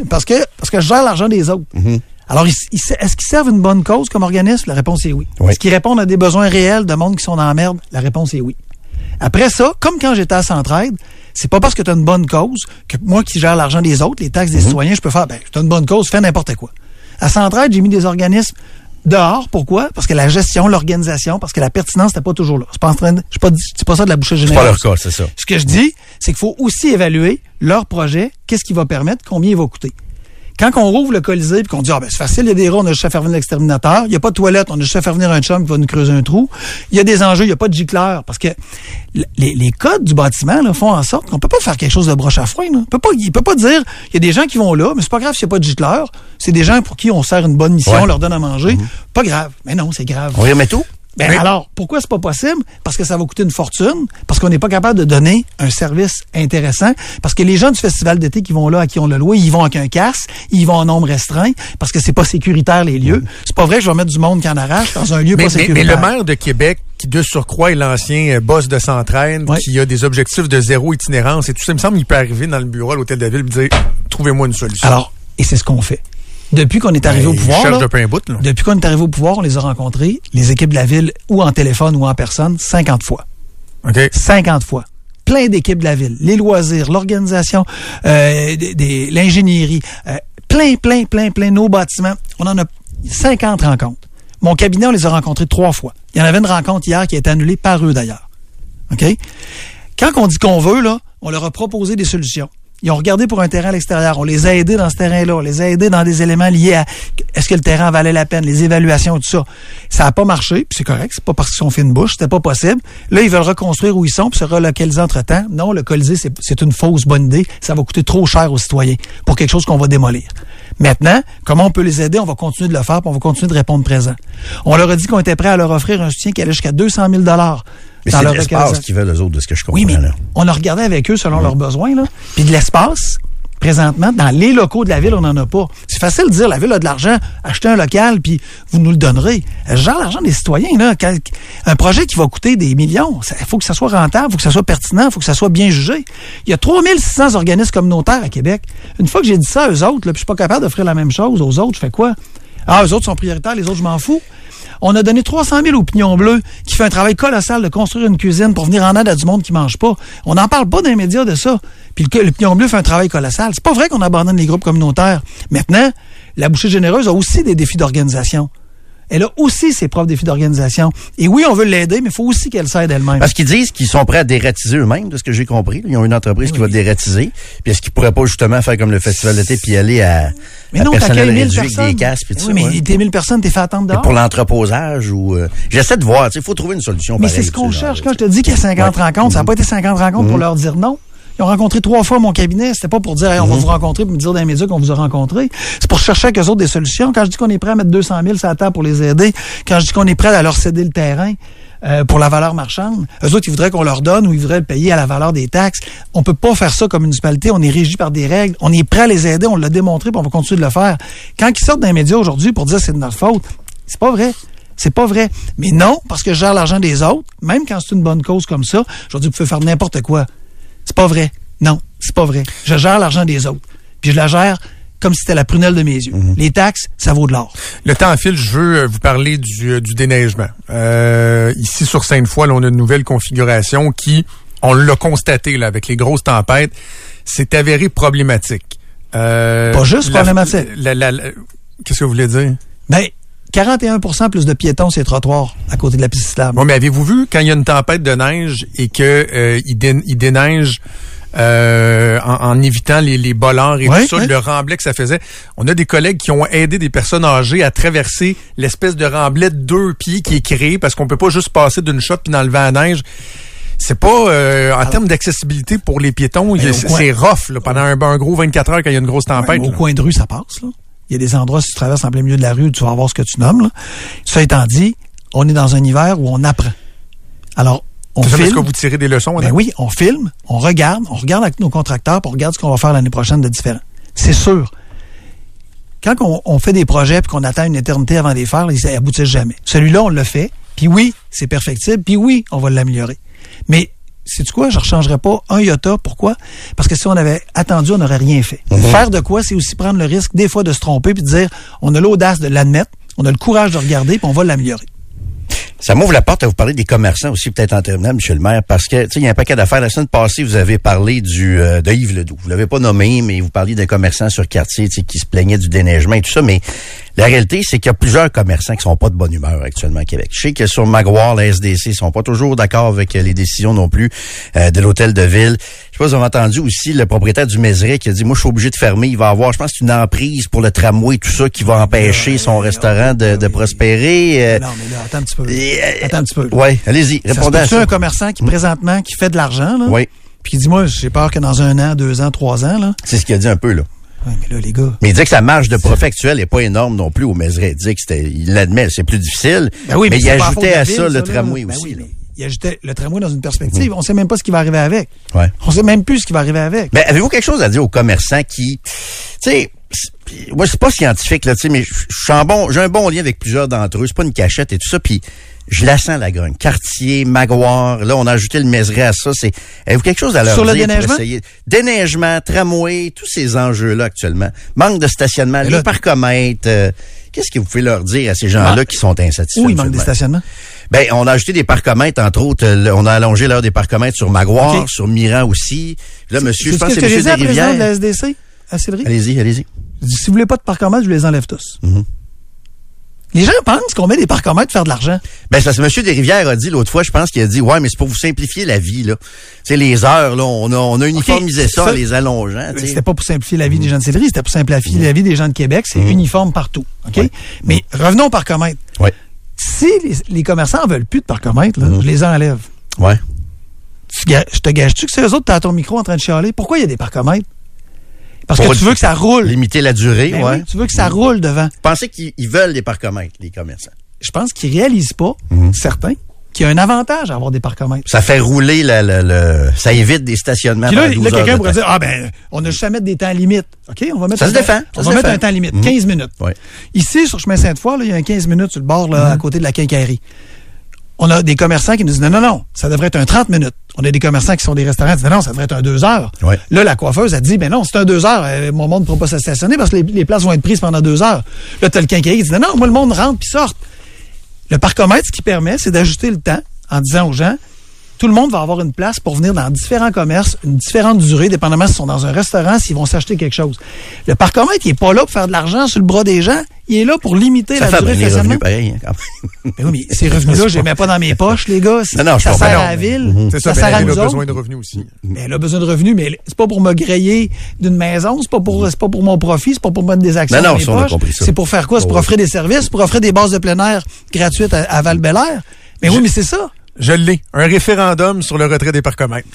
je gère l'argent des autres. Alors, est-ce qu'ils servent une bonne cause comme organisme? La réponse est oui. Est-ce qu'ils répondent à des besoins réels de monde qui sont dans la merde? La réponse est oui. Après ça, comme quand j'étais à Centraide, c'est pas parce que tu as une bonne cause que moi qui gère l'argent des autres, les taxes des citoyens, je peux faire, tu as une bonne cause, fais n'importe quoi. À Centraide, j'ai mis des organismes dehors. Pourquoi? Parce que la gestion, l'organisation, parce que la pertinence n'était pas toujours là. Je dis pas ça de la Bouchée Généreuse. C'est pas leur cas, c'est ça. Ce que je dis, c'est qu'il faut aussi évaluer leur projet, qu'est-ce qu'il va permettre, combien il va coûter. Quand on rouvre le Colisée et qu'on dit, c'est facile, il y a des rats, on a juste à faire venir l'exterminateur. Il n'y a pas de toilette, on a juste à faire venir un chum qui va nous creuser un trou. Il y a des enjeux, il n'y a pas de gicleur. Parce que les codes du bâtiment là, font en sorte qu'on peut pas faire quelque chose de broche à foin. Là. Il peut pas dire, il y a des gens qui vont là, mais c'est pas grave s'il n'y a pas de gicleur. C'est des gens pour qui on sert une bonne mission, on leur donne à manger. Pas grave. Mais non, c'est grave. On y remet tout? Alors, pourquoi c'est pas possible? Parce que ça va coûter une fortune, parce qu'on n'est pas capable de donner un service intéressant, parce que les gens du festival d'été qui vont là, à qui on l'a loué, ils vont avec un casque, ils vont en nombre restreint, parce que c'est pas sécuritaire les lieux. C'est pas vrai que je vais mettre du monde qui en arrache dans un lieu pas sécuritaire. Mais le maire de Québec, qui de surcroît est l'ancien boss de Centraide, qui a des objectifs de zéro itinérance et tout ça, il me semble qu'il peut arriver dans le bureau à l'hôtel de la ville et dire « Trouvez-moi une solution ». Alors, et c'est ce qu'on fait. Depuis qu'on est arrivé au pouvoir, depuis qu'on est arrivé au pouvoir, on les a rencontrés, les équipes de la ville, ou en téléphone ou en personne, 50 fois. 50 fois. Plein d'équipes de la ville. Les loisirs, l'organisation, l'ingénierie, plein, nos bâtiments. On en a 50 rencontres. Mon cabinet, on les a rencontrés 3 fois. Il y en avait une rencontre hier qui a été annulée par eux d'ailleurs. OK? Quand on dit qu'on veut, là, on leur a proposé des solutions. Ils ont regardé pour un terrain à l'extérieur. On les a aidés dans ce terrain-là. On les a aidés dans des éléments liés à est-ce que le terrain valait la peine, les évaluations, tout ça. Ça n'a pas marché, puis c'est correct. C'est pas parce qu'ils sont fait une bouche. C'était pas possible. Là, ils veulent reconstruire où ils sont puis se relocaliser entre-temps. Non, le Colisée, c'est une fausse bonne idée. Ça va coûter trop cher aux citoyens pour quelque chose qu'on va démolir. Maintenant, comment on peut les aider? On va continuer de le faire puis on va continuer de répondre présent. On leur a dit qu'on était prêt à leur offrir un soutien qui allait jusqu'à 200 000 $. Mais c'est de l'espace qu'ils veulent, eux autres, de ce que je comprends. Oui, mais là. on a regardé avec eux selon leurs besoins, là. Puis de l'espace, présentement, dans les locaux de la ville, on n'en a pas. C'est facile de dire, la ville a de l'argent, achetez un local, puis vous nous le donnerez. Genre l'argent des citoyens, là. Un projet qui va coûter des millions, il faut que ça soit rentable, il faut que ça soit pertinent, il faut que ça soit bien jugé. Il y a 3600 organismes communautaires à Québec. Une fois que j'ai dit ça à eux autres, là, puis je suis pas capable d'offrir la même chose aux autres, je fais quoi? Ah, eux autres sont prioritaires, les autres, je m'en fous. On a donné 300 000 au Pignon Bleu, qui fait un travail colossal de construire une cuisine pour venir en aide à du monde qui mange pas. On n'en parle pas dans les médias de ça. Puis le Pignon Bleu fait un travail colossal. C'est pas vrai qu'on abandonne les groupes communautaires. Maintenant, la Bouchée Généreuse a aussi des défis d'organisation. Elle a aussi ses propres défis d'organisation. Et oui, on veut l'aider, mais il faut aussi qu'elle s'aide elle-même. Parce qu'ils disent qu'ils sont prêts à dératiser eux-mêmes, de ce que j'ai compris. Ils ont une entreprise qui va dératiser. Puis est-ce qu'ils pourraient pas justement faire comme le Festival d'été puis aller à personnel réduit avec des casques puis tout ça? Oui, mais t'es 1000 personnes, t'es fait attendre dehors. Et pour l'entreposage ou... j'essaie de voir. Il faut trouver une solution. Mais c'est ce qu'on cherche. Quand je te dis qu'il y a 50 rencontres, ça n'a pas été 50 rencontres pour leur dire non. Ils ont rencontré 3 fois mon cabinet. C'était pas pour dire hey, on va vous rencontrer pour me dire dans les médias qu'on vous a rencontré. C'est pour chercher avec eux autres des solutions. Quand je dis qu'on est prêt à mettre 200 000 sur la table pour les aider, quand je dis qu'on est prêt à leur céder le terrain pour la valeur marchande, eux autres, ils voudraient qu'on leur donne ou ils voudraient le payer à la valeur des taxes. On peut pas faire ça comme municipalité. On est régi par des règles. On est prêt à les aider. On l'a démontré puis on va continuer de le faire. Quand ils sortent dans les médias aujourd'hui pour dire c'est de notre faute, c'est pas vrai. C'est pas vrai. Mais non, parce que je gère l'argent des autres, même quand c'est une bonne cause comme ça, je dis, vous pouvez faire n'importe quoi. C'est pas vrai. Non, c'est pas vrai. Je gère l'argent des autres. Puis je la gère comme si c'était la prunelle de mes yeux. Les taxes, ça vaut de l'or. Le temps file, je veux vous parler du déneigement. Ici, sur Sainte-Foy, là, on a une nouvelle configuration qui, on l'a constaté là, avec les grosses tempêtes, s'est avérée problématique. Pas juste problématique. Qu'est-ce que vous voulez dire? Ben, 41% plus de piétons sur les trottoirs à côté de la piste cyclable. Bon, mais avez-vous vu quand il y a une tempête de neige et que il déneige en évitant les bollards et tout ça, le remblai que ça faisait. On a des collègues qui ont aidé des personnes âgées à traverser l'espèce de remblai de 2 pieds qui est créé parce qu'on peut pas juste passer d'une shot puis dans le vent à neige. C'est pas en termes d'accessibilité pour les piétons, c'est rough là, pendant un gros 24 heures quand il y a une grosse tempête. Au coin de rue, ça passe. Là. Il y a des endroits, si tu traverses en plein milieu de la rue, tu vas voir ce que tu nommes. Là. Ça étant dit, on est dans un hiver où on apprend. Alors, on filme. Est-ce que vous tirez des leçons? Ben oui, on filme, on regarde avec nos contracteurs, puis on regarde ce qu'on va faire l'année prochaine de différent. C'est sûr. Quand on fait des projets puis qu'on attend une éternité avant de les faire, ils aboutissent jamais. Celui-là, on le fait, puis oui, c'est perfectible, puis oui, on va l'améliorer. Mais sais-tu quoi? Je ne rechangerais pas un iota. Pourquoi? Parce que si on avait attendu, on n'aurait rien fait. Faire de quoi? C'est aussi prendre le risque des fois de se tromper puis de dire on a l'audace de l'admettre, on a le courage de regarder puis on va l'améliorer. Ça m'ouvre la porte à vous parler des commerçants aussi, peut-être en terminant, M. le maire, parce que, tu sais, il y a un paquet d'affaires. La semaine passée, vous avez parlé de Yves Ledoux. Vous l'avez pas nommé, mais vous parliez d'un commerçant sur quartier, tu sais, qui se plaignait du déneigement et tout ça, mais la réalité, c'est qu'il y a plusieurs commerçants qui sont pas de bonne humeur actuellement à Québec. Je sais que sur Maguire, la SDC sont pas toujours d'accord avec les décisions non plus de l'hôtel de ville. Je sais pas si vous avez entendu aussi le propriétaire du Mézeray qui a dit, moi, je suis obligé de fermer. Il va avoir, je pense, une emprise pour le tramway et tout ça qui va empêcher son restaurant de prospérer. Non, mais là, attends un petit peu. Attends un petit peu. Oui, allez-y, répondez à ça. C'est un commerçant qui, présentement, qui fait de l'argent, là. Oui. Puis qui dit, moi, j'ai peur que dans 1 an, 2 ans, 3 ans, là. C'est ce qu'il a dit un peu, là. Oui, mais là, les gars. Mais il dit que sa marge de profit actuelle n'est pas énorme non plus au Mézeray. Il dit que il l'admet, c'est plus difficile. Ben oui, mais il ajoutait à ça le tramway ben aussi. Oui, il ajoutait le tramway dans une perspective. On sait même pas ce qui va arriver avec. Ouais. On sait même plus ce qui va arriver avec. Mais avez-vous quelque chose à dire aux commerçants qui, tu sais, moi c'est pas scientifique là, tu sais, mais j'ai un bon lien avec plusieurs d'entre eux. C'est pas une cachette et tout ça. Puis je la sens la grogne. Quartier, Maguire, là on a ajouté le Mézeray à ça. Avez-vous quelque chose à leur sur dire le déneigement? Pour essayer? Déneigement, tramway, tous ces enjeux-là actuellement. Manque de stationnement, les parcomètres. Qu'est-ce que vous pouvez leur dire à ces gens-là qui sont insatisfaits? Où il manque des stationnements? Ben, on a ajouté des parcomètres, entre autres. On a allongé l'heure des parcomètres sur Maguire, sur Miran aussi. Là, monsieur, je pense que c'est monsieur Desrivières. De la SDC, à Sillery? Allez-y. Je dis, si vous voulez pas de parcomètres, je les enlève tous. Les gens pensent qu'on met des parcomètres pour faire de l'argent. Ben, c'est parce que M. Desrivières a dit l'autre fois, je pense qu'il a dit, ouais, mais c'est pour vous simplifier la vie, là. Tu sais, les heures, là, on a uniformisé ça en les allongeant. T'sais. C'était pas pour simplifier la vie des gens de Sillery, c'était pour simplifier la vie des gens de Québec. C'est uniforme partout. OK? Ouais. Mais revenons au parcomètre. Ouais. Si les commerçants en veulent plus de parcomètre, là, je les enlève. Ouais. Je te gage-tu que c'est eux autres, t'as ton micro en train de chialer? Pourquoi il y a des parcomètres? Parce Pour que tu veux que ça roule. Limiter la durée, Ben ouais. oui, tu veux que ça roule devant. Vous pensez qu'ils veulent des parcomètres, les commerçants? Je pense qu'ils réalisent pas, certains, qu'il y a un avantage à avoir des parcomètres. Ça fait rouler ça évite des stationnements. Puis là, pendant 12 heures quelqu'un de pourrait temps. dire, ah ben, on a juste à mettre des temps limites. OK, on va mettre Ça se défend. On va mettre un temps limite, 15 minutes. Ouais. Ici, sur chemin Sainte-Foy, là, il y a un 15 minutes sur le bord, là, à côté de la quincaillerie. On a des commerçants qui nous disent, non, ça devrait être un 30 minutes. On a des commerçants qui sont des restaurants qui disent, non, ça devrait être un 2 heures. Ouais. Là, la coiffeuse, elle dit, ben non, c'est un 2 heures. Mon monde ne pourra pas se stationner parce que les places vont être prises pendant 2 heures. Là, t'as le quincaillerie qui dit, non, moi, le monde rentre puis sort. Le parcomètre, ce qui permet, c'est d'ajuster le temps en disant aux gens, tout le monde va avoir une place pour venir dans différents commerces, une différente durée, dépendamment s'ils sont dans un restaurant, s'ils vont s'acheter quelque chose. Le parcomètre, il est pas là pour faire de l'argent sur le bras des gens. Il est là pour limiter la durée de les stationnement. revenus pareil, hein, quand même. Ben oui, mais ces revenus-là, je les mets pas dans mes poches, les gars. Non, je ça comprends. sert à la ville. C'est Ça ça, sert à elle nous a autres. besoin de revenus aussi. Mais elle a besoin de revenus, mais c'est pas pour me griller d'une maison, c'est pas pour mon profit, c'est pas pour mettre des actions Non, dans mes ça, on a poches. compris ça. C'est pour faire quoi? C'est pour offrir des services, c'est pour offrir des bases de plein air gratuites à Val-Bélair. Mais oui, mais c'est ça. Je l'ai. Un référendum sur le retrait des parcomètres.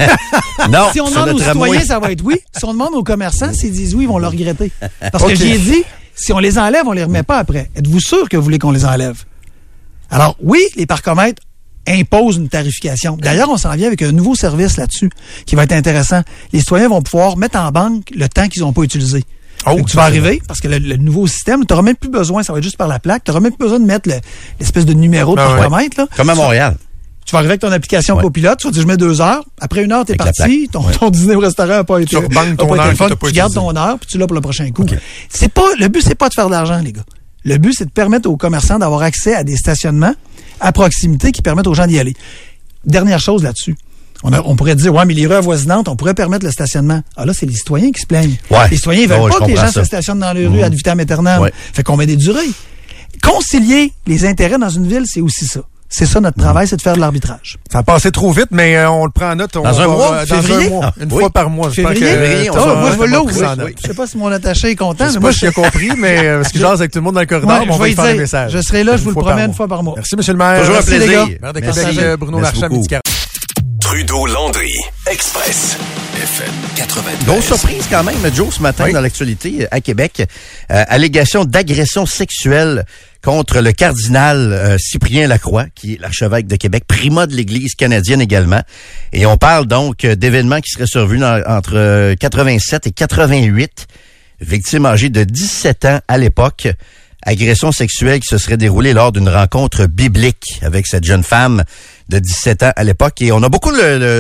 Non, Si on sur demande le aux tramway. citoyens, ça va être oui. Si on demande aux commerçants, s'ils disent oui, ils vont le regretter. Parce que j'ai dit, si on les enlève, on les remet pas après. Êtes-vous sûr que vous voulez qu'on les enlève? Alors, oui, les parcomètres imposent une tarification. D'ailleurs, on s'en vient avec un nouveau service là-dessus qui va être intéressant. Les citoyens vont pouvoir mettre en banque le temps qu'ils n'ont pas utilisé. Oh, Fait que tu vas arriver, parce que le nouveau système, tu n'auras même plus besoin, ça va être juste par la plaque, tu n'auras même plus besoin de mettre l'espèce de numéro de Ah ouais. parcomètre. Là. Comme à Montréal. Tu vas arriver avec ton application Ouais. copilote, tu vas dire je mets 2 heures, après 1 heure, t'es Avec la parti, ton dîner au restaurant n'a pas été Tu rebanques ton a pas été heure le que fun, t'as pas tu gardes utilisée. ton heure, puis tu l'as pour le prochain coup. Le but, c'est pas de faire de l'argent, les gars. Le but, c'est de permettre aux commerçants d'avoir accès à des stationnements à proximité qui permettent aux gens d'y aller. Dernière chose là-dessus. On pourrait dire, ouais, mais les rues avoisinantes, on pourrait permettre le stationnement. Ah là, c'est les citoyens qui se plaignent. Ouais. Les citoyens, ils veulent Ouais, pas je que les comprends gens ça. se stationnent dans les rues ad vitam aeternam. Ouais. Fait qu'on met des durées. Concilier les intérêts dans une ville, c'est aussi ça. C'est ça notre travail, c'est de faire de l'arbitrage. Ça a passé trop vite, mais on le prend en note. Dans un mois? Dans Février? un mois. Une Oui. fois par mois. J'espère Février? on Ah, va- moi, je vais ça va pris en l'ouvrir. note. Je sais pas si mon attaché est content, Je sais mais pas moi, si il a compris, mais parce qu'il jase avec tout le monde dans le corridor, Ouais, mais on je va vais lui y faire le dire. message. Je serai là, je vous le fois promets, par une fois par mois. Merci, M. le maire. Toujours un Merci, les plaisir. gars. Maire de Merci. Québec, Bruno Merci. Marchand, Midi 40. Trudeau-Landry, Express, FM 93. Grosse surprise quand même, Joe, ce matin Oui. dans l'actualité à Québec. Allégation d'agression sexuelle contre le cardinal Cyprien Lacroix, qui est l'archevêque de Québec, primat de l'Église canadienne également. Et on parle donc d'événements qui seraient survenus entre 87 et 88. Victime âgée de 17 ans à l'époque. Agression sexuelle qui se serait déroulée lors d'une rencontre biblique avec cette jeune femme de 17 ans à l'époque. Et on a beaucoup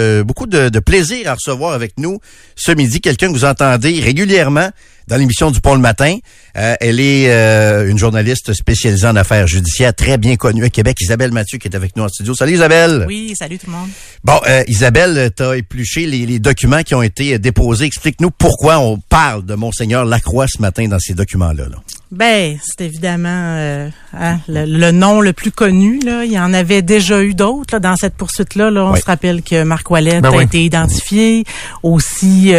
de plaisir à recevoir avec nous ce midi quelqu'un que vous entendez régulièrement dans l'émission du Pont le matin. Elle est une journaliste spécialisée en affaires judiciaires, très bien connue à Québec. Isabelle Mathieu qui est avec nous en studio. Salut Isabelle! Oui, salut tout le monde. Bon, Isabelle, t'as épluché les documents qui ont été déposés. Explique-nous pourquoi on parle de Monseigneur Lacroix ce matin dans ces documents-là. Là. Ben, c'est évidemment le nom le plus connu. Là. Il y en avait déjà eu d'autres là, dans cette poursuite-là. Là, on Oui. se rappelle que Marc Ouellette Ben a oui. été identifié. Aussi,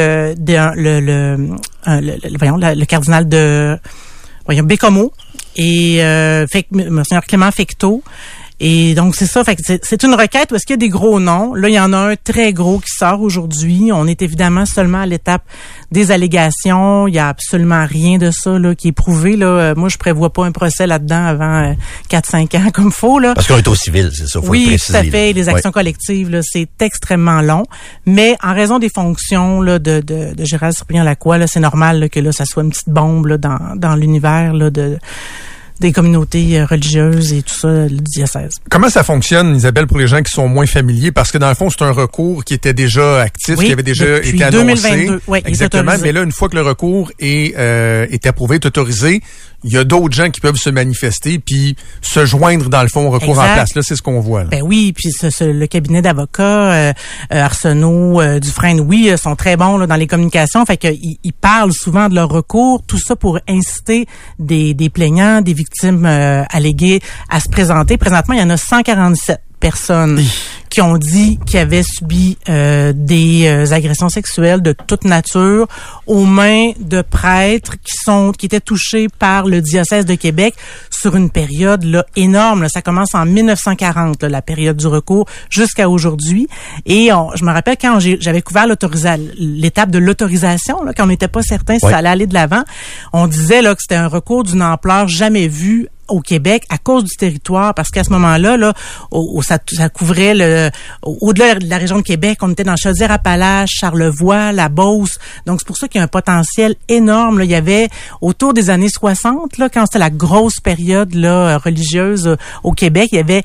le cardinal de Bécomo et Monseigneur Clément Fecteau. Et donc, c'est ça. Fait que c'est une requête où est-ce qu'il y a des gros noms. Là, il y en a un très gros qui sort aujourd'hui. On est évidemment seulement à l'étape des allégations. Il y a absolument rien de ça là qui est prouvé. Là, moi, je prévois pas un procès là-dedans avant 4-5 ans comme faut. Là. Parce qu'on est au civil, c'est ça, faut le Oui, préciser. tout à fait. là. Les actions collectives, là, c'est extrêmement long. Mais en raison des fonctions là, de Gérald Cyprien-Lacroix, là, c'est normal là, que là, ça soit une petite bombe là, dans l'univers là, des communautés religieuses et tout ça, le diocèse. Comment ça fonctionne, Isabelle, pour les gens qui sont moins familiers? Parce que dans le fond, c'est un recours qui était déjà actif, Oui, qui avait déjà depuis été annoncé. 2022. Oui, il est exactement. autorisé. Mais là, une fois que le recours est approuvé, est autorisé, il y a d'autres gens qui peuvent se manifester puis se joindre dans le fond au recours en place. Là, c'est ce qu'on voit. Là. Ben oui, puis le cabinet d'avocats Arsenault, Dufresne, oui, sont très bons là, dans les communications. Fait qu'ils parlent souvent de leur recours, tout ça pour inciter des plaignants, des victimes alléguées à se présenter. Présentement, il y en a 147 personnes qui ont dit qu'ils avaient subi des agressions sexuelles de toute nature aux mains de prêtres qui étaient touchés par le diocèse de Québec sur une période là énorme. Là. Ça commence en 1940, là, la période du recours, jusqu'à aujourd'hui. Et je me rappelle quand j'avais couvert l'étape de l'autorisation, là, quand on n'était pas certain si ça allait aller de l'avant, on disait là que c'était un recours d'une ampleur jamais vue au Québec à cause du territoire, parce qu'à ce moment-là, là, ça couvrait au-delà de la région de Québec, on était dans Chaudière-Appalaches, Charlevoix, la Beauce. Donc c'est pour ça qu'il y a un potentiel énorme. Là. Il y avait autour des années 60, là, quand c'était la grosse période là religieuse au Québec, il y avait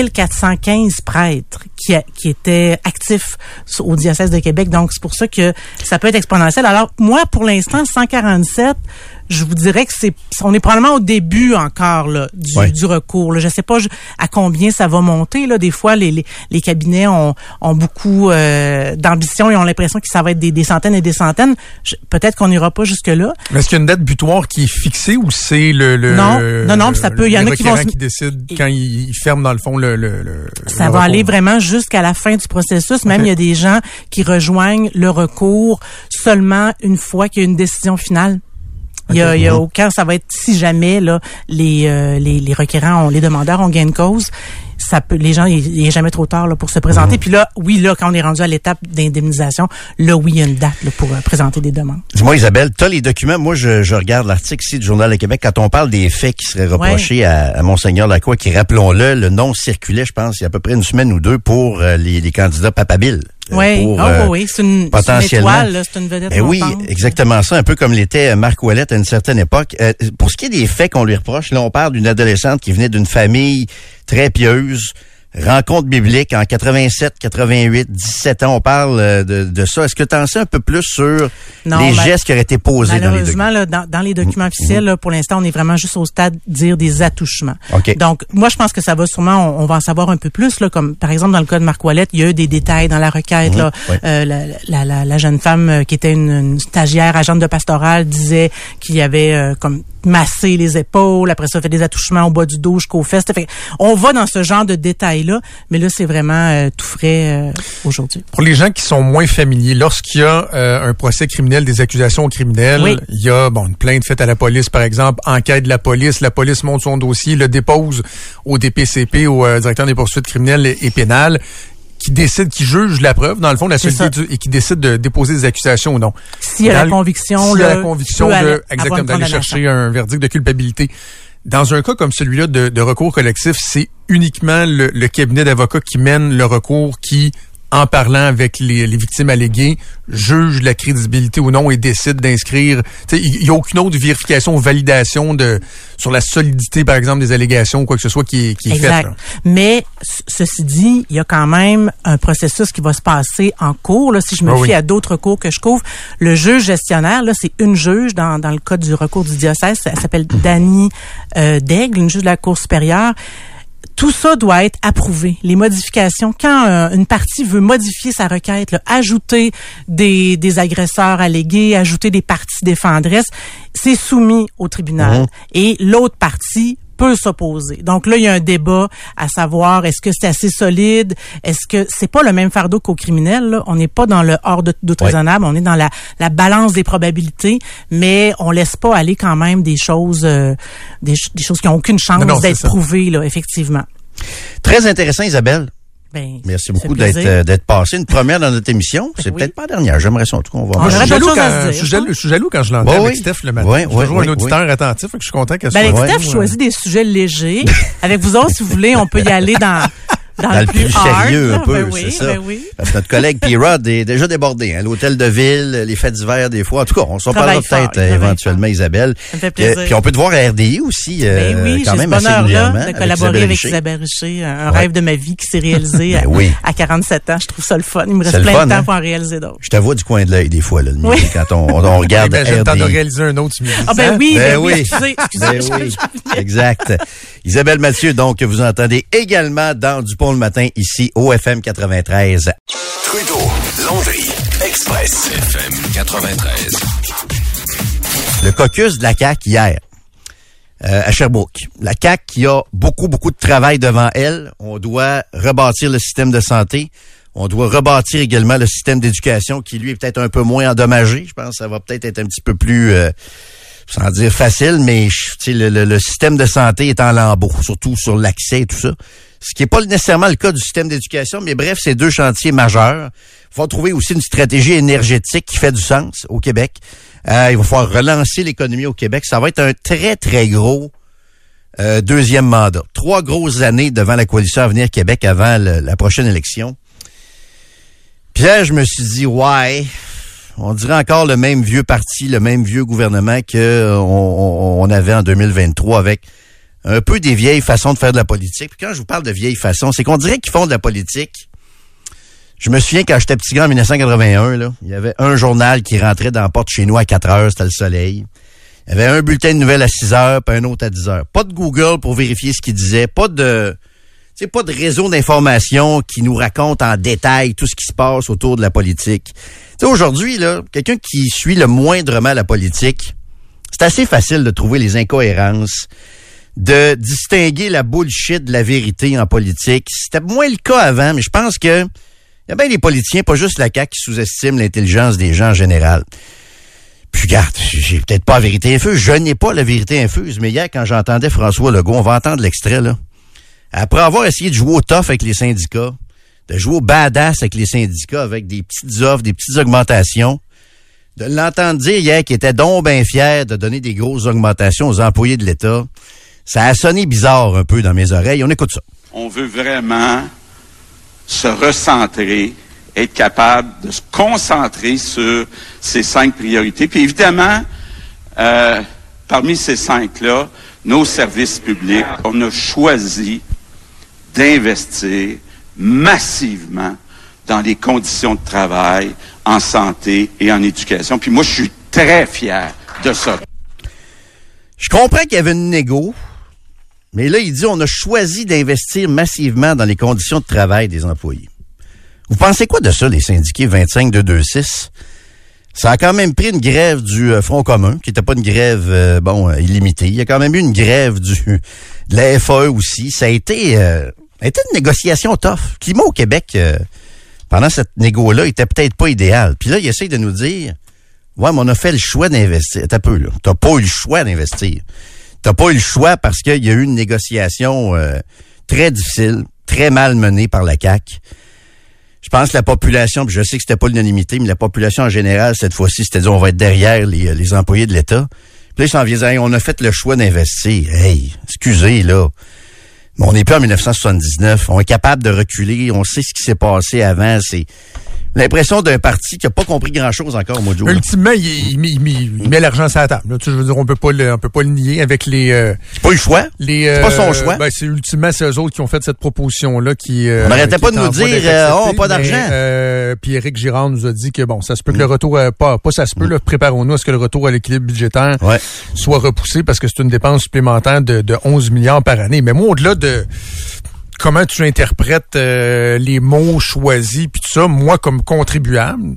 1415 prêtres qui étaient actifs au diocèse de Québec. Donc c'est pour ça que ça peut être exponentiel. Alors moi, pour l'instant, 147. Je vous dirais que on est probablement au début encore là du recours. Là. Je sais pas à combien ça va monter. Là. Des fois, les cabinets ont beaucoup d'ambition et ont l'impression que ça va être des centaines et des centaines. Peut-être qu'on n'ira pas jusque là. Mais est-ce qu'il y a une date butoir qui est fixée ou c'est non, ça peut. Il y en a qui décident quand ils ferment dans le fond ça va aller vraiment jusqu'à la fin du processus. Même il y a des gens qui rejoignent le recours seulement une fois qu'il y a une décision finale. Il y a aucun, ça va être si jamais là les requérants, les demandeurs ont gain de cause. Ça peut, les gens, il est jamais trop tard là pour se présenter. Puis là, oui, là, quand on est rendu à l'étape d'indemnisation, là, oui, il y a une date là, pour présenter des demandes. Dis-moi, Isabelle, t'as les documents. Moi, je regarde l'article ici du Journal de Québec. Quand on parle des faits qui seraient reprochés à Monseigneur Lacroix, qui, rappelons-le, le nom circulait, je pense, il y a à peu près une semaine ou deux pour les candidats papabiles. Oui, c'est une étoile, là, c'est une vedette. Oui, exactement ça, un peu comme l'était Marc Ouellette à une certaine époque. Pour ce qui est des faits qu'on lui reproche, là, on parle d'une adolescente qui venait d'une famille très pieuse, rencontre biblique en 87, 88, 17 ans. On parle de ça. Est-ce que tu en sais un peu plus sur les gestes qui auraient été posés dans les documents? Malheureusement, dans les documents officiels, là, pour l'instant, on est vraiment juste au stade de dire des attouchements. Okay. Donc, moi, je pense que ça va sûrement, on va en savoir un peu plus, là, comme par exemple dans le cas de Marc Ouellette, il y a eu des détails dans la requête. Là, la jeune femme qui était une stagiaire agente de pastoral disait qu'il y avait comme masser les épaules, après ça, fait des attouchements au bas du dos jusqu'aux fesses. Fait, on va dans ce genre de détails-là, mais là, c'est vraiment tout frais aujourd'hui. Pour les gens qui sont moins familiers, lorsqu'il y a un procès criminel, des accusations criminelles, il y a une plainte faite à la police, par exemple, enquête de la police monte son dossier, le dépose au DPCP, au directeur des poursuites criminelles et pénales, qui décide, qui juge la preuve, dans le fond, la solidité et qui décide de déposer des accusations ou non. S'il y a la conviction, d'aller chercher un verdict de culpabilité. Dans un cas comme celui-là de recours collectif, c'est uniquement le cabinet d'avocats qui mène le recours qui, en parlant avec les victimes alléguées, juge la crédibilité ou non et décide d'inscrire. Il n'y a aucune autre vérification ou validation sur la solidité, par exemple, des allégations ou quoi que ce soit qui est faite. Là. Mais, ceci dit, il y a quand même un processus qui va se passer en cours. Là, si je me fie à d'autres cours que je couvre, le juge gestionnaire, là, c'est une juge dans le cas du recours du diocèse. Elle s'appelle Dany Daigle, une juge de la Cour supérieure. Tout ça doit être approuvé. Les modifications, quand une partie veut modifier sa requête, là, ajouter des agresseurs allégués, ajouter des parties défendresses, c'est soumis au tribunal. Et l'autre partie peut s'opposer. Donc là, il y a un débat à savoir, est-ce que c'est assez solide? Est-ce que c'est pas le même fardeau qu'au criminel? Là? On n'est pas dans le hors de doute raisonnable, on est dans la balance des probabilités, mais on laisse pas aller quand même des choses qui ont aucune chance d'être prouvées, là, effectivement. Très intéressant, Isabelle. Merci beaucoup d'être passé. Une première dans notre émission. C'est peut-être pas la dernière. J'aimerais ça. En tout cas, on va je suis jaloux quand je l'entends avec Steph le matin. Je suis toujours un auditeur attentif. Je suis content qu'elle soit Steph choisit des sujets légers. Avec vous autres, si vous voulez, on peut y aller dans dans le plus sérieux un peu, ben oui, c'est ça. Ben oui. Parce que notre collègue P-Rod est déjà débordé. Hein. L'hôtel de ville, les fêtes d'hiver, des fois. En tout cas, on s'en parlera peut-être éventuellement, Isabelle. Ça me fait plaisir. Puis on peut te voir à RDI aussi, ben oui, quand même ce assez bonheur-là régulièrement. de collaborer avec Isabelle Richer. Un rêve de ma vie qui s'est réalisé oui. à 47 ans. Je trouve ça le fun. Il me reste plein de temps pour en réaliser d'autres. Je te vois du coin de l'œil des fois, là, le midi, quand on regarde RDI. J'ai le temps de réaliser un autre midi. Ah ben oui, excusez. Exact. Isabelle Mathieu, donc, que vous entendez également dans Dupont le matin, ici, au FM 93. Trudeau, Landry, Express, FM 93. Le caucus de la CAQ hier, à Sherbrooke. La CAQ qui a beaucoup de travail devant elle. On doit rebâtir le système de santé. On doit rebâtir également le système d'éducation qui, lui, est peut-être un peu moins endommagé. Je pense que ça va peut-être être un petit peu plus... sans dire facile, mais le système de santé est en lambeaux, surtout sur l'accès et tout ça. Ce qui n'est pas nécessairement le cas du système d'éducation, mais bref, c'est deux chantiers majeurs. Il faut trouver aussi une stratégie énergétique qui fait du sens au Québec. Il va falloir relancer l'économie au Québec. Ça va être un très gros deuxième mandat. 3 grosses années devant la coalition Avenir Québec avant la prochaine élection. Puis là, je me suis dit, ouais... On dirait encore le même vieux parti, le même vieux gouvernement que on avait en 2023 avec un peu des vieilles façons de faire de la politique. Puis quand je vous parle de vieilles façons, c'est qu'on dirait qu'ils font de la politique. Je me souviens quand j'étais petit gars en 1981, là, il y avait un journal qui rentrait dans la porte chez nous à 4 heures, c'était Le Soleil. Il y avait un bulletin de nouvelles à 6 heures, puis un autre à 10 heures. Pas de Google pour vérifier ce qu'il disait, pas de réseau d'information qui nous raconte en détail tout ce qui se passe autour de la politique. Tu sais, aujourd'hui, là, quelqu'un qui suit le moindrement la politique, c'est assez facile de trouver les incohérences, de distinguer la bullshit de la vérité en politique. C'était moins le cas avant, mais je pense que il y a bien des politiciens, pas juste la CAQ, qui sous-estiment l'intelligence des gens en général. Puis regarde, j'ai peut-être pas la vérité infuse, je n'ai pas la vérité infuse, mais hier, quand j'entendais François Legault, on va entendre l'extrait, là. Après avoir essayé de jouer au tough avec les syndicats, de jouer au badass avec les syndicats, avec des petites offres, des petites augmentations, de l'entendre dire hier qu'il était donc bien fier de donner des grosses augmentations aux employés de l'État, ça a sonné bizarre un peu dans mes oreilles. On écoute ça. On veut vraiment se recentrer, être capable de se concentrer sur ces 5 priorités. Puis évidemment, parmi ces 5-là, nos services publics, on a choisi d'investir massivement dans les conditions de travail, en santé et en éducation. Puis moi, je suis très fier de ça. Je comprends qu'il y avait une négo, mais là, il dit on a choisi d'investir massivement dans les conditions de travail des employés. Vous pensez quoi de ça, les syndiqués 25-226? Ça a quand même pris une grève du Front commun, qui n'était pas une grève, illimitée. Il y a quand même eu une grève de la FAE aussi. Ça a été une négociation tough. Le climat au Québec, pendant cette négo-là, était peut-être pas idéal. Puis là, il essaie de nous dire, ouais, mais on a fait le choix d'investir. T'as peu, là. T'as pas eu le choix d'investir. T'as pas eu le choix parce qu'il y a eu une négociation très difficile, très mal menée par la CAQ. Je pense que la population, puis je sais que c'était pas l'unanimité, mais la population en général, cette fois-ci, c'était dit on va être derrière les employés de l'État. Puis là, ils s'en viennent dire, hey, on a fait le choix d'investir. Hey, excusez, là. Mais on n'est plus en 1979. On est capable de reculer. On sait ce qui s'est passé avant. C'est l'impression d'un parti qui n'a pas compris grand-chose encore au mois de juin. Ultimement, il met l'argent sur la table. Là. Tu sais, je veux dire, on peut pas le nier avec les... c'est pas le choix. C'est pas son choix. Ben, c'est eux autres qui ont fait cette proposition-là qui... on n'arrêtait pas de nous dire, pas d'argent. Puis Éric Girard nous a dit que, bon, ça se peut que le retour... pas ça se peut, là, préparons-nous à ce que le retour à l'équilibre budgétaire soit repoussé parce que c'est une dépense supplémentaire de 11 milliards par année. Mais moi, au-delà de... comment tu interprètes les mots choisis puis tout ça, moi comme contribuable,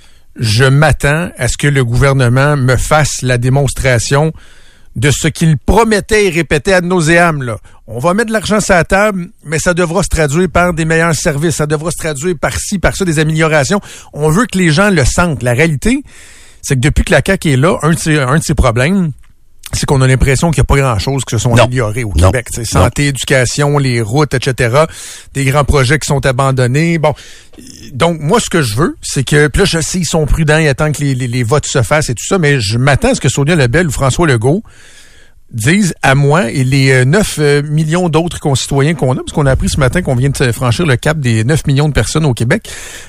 je m'attends à ce que le gouvernement me fasse la démonstration de ce qu'il promettait et répétait ad nauseam, là. On va mettre de l'argent sur la table, mais ça devra se traduire par des meilleurs services, ça devra se traduire par ci, par ça, des améliorations. On veut que les gens le sentent. La réalité, c'est que depuis que la CAQ est là, un de ses problèmes, c'est qu'on a l'impression qu'il n'y a pas grand-chose qui se sont améliorés au Québec. Santé, éducation, les routes, etc. Des grands projets qui sont abandonnés. Bon, donc moi, ce que je veux, c'est que... Puis là, je sais, ils sont prudents, ils attendent que les votes se fassent et tout ça, mais je m'attends à ce que Sonia Lebel ou François Legault disent à moi et les 9 millions d'autres concitoyens qu'on a, parce qu'on a appris ce matin qu'on vient de franchir le cap des 9 millions de personnes au Québec,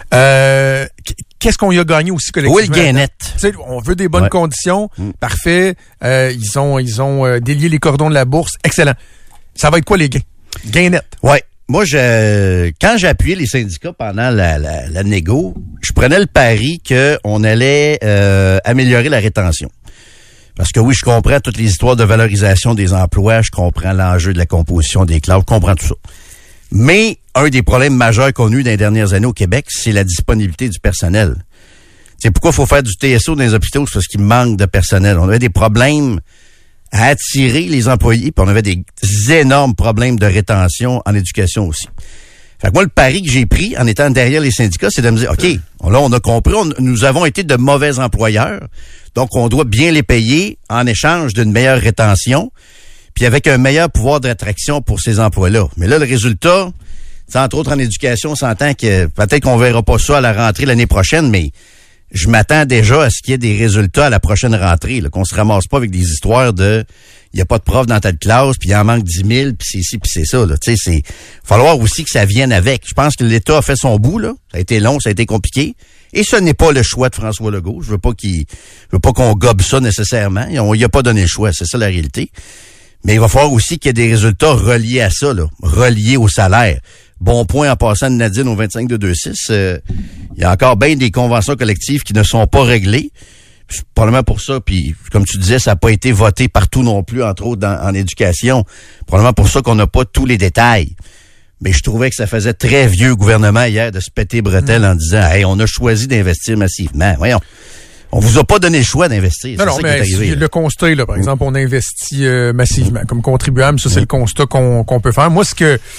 qu'est-ce qu'on y a gagné aussi collectivement? Oui, le gain net. On veut des bonnes conditions, parfait. Ils ont délié les cordons de la bourse, excellent. Ça va être quoi les gains? Gain net. Ouais. Moi, quand j'ai appuyé les syndicats pendant la négo, je prenais le pari qu'on allait améliorer la rétention. Parce que oui, je comprends toutes les histoires de valorisation des emplois, je comprends l'enjeu de la composition des classes, je comprends tout ça. Mais un des problèmes majeurs qu'on a eu dans les dernières années au Québec, c'est la disponibilité du personnel. C'est pourquoi il faut faire du TSO dans les hôpitaux, c'est parce qu'il manque de personnel. On avait des problèmes à attirer les employés, puis on avait des énormes problèmes de rétention en éducation aussi. Fait que moi, le pari que j'ai pris en étant derrière les syndicats, c'est de me dire, OK, là, on a compris, nous avons été de mauvais employeurs, donc on doit bien les payer en échange d'une meilleure rétention, puis avec un meilleur pouvoir d'attraction pour ces emplois-là. Mais là, le résultat, entre autres en éducation, on s'entend que peut-être qu'on verra pas ça à la rentrée l'année prochaine, mais je m'attends déjà à ce qu'il y ait des résultats à la prochaine rentrée, là, qu'on se ramasse pas avec des histoires de il y a pas de prof dans telle classe, puis il en manque 10 000, puis c'est ci, puis c'est ça. Là. Tu sais, c'est falloir aussi que ça vienne avec. Je pense que l'État a fait son bout, là. Ça a été long, ça a été compliqué. Et ce n'est pas le choix de François Legault. Je veux pas qu'on gobe ça nécessairement. On y a pas donné le choix, c'est ça la réalité. Mais il va falloir aussi qu'il y ait des résultats reliés à ça, là, reliés au salaire. Bon point en passant de Nadine au 25-226. Il y a encore bien des conventions collectives qui ne sont pas réglées. Puis, probablement pour ça, puis comme tu disais, ça n'a pas été voté partout non plus, entre autres en éducation. Probablement pour ça qu'on n'a pas tous les détails. Mais je trouvais que ça faisait très vieux gouvernement hier de se péter bretelles en disant « Hey, on a choisi d'investir massivement. » Voyons. On vous a pas donné le choix d'investir. Non, mais arrivé, le constat est là. Par exemple, on investit massivement. Comme contribuable, ça, c'est le constat qu'on peut faire. Moi, ce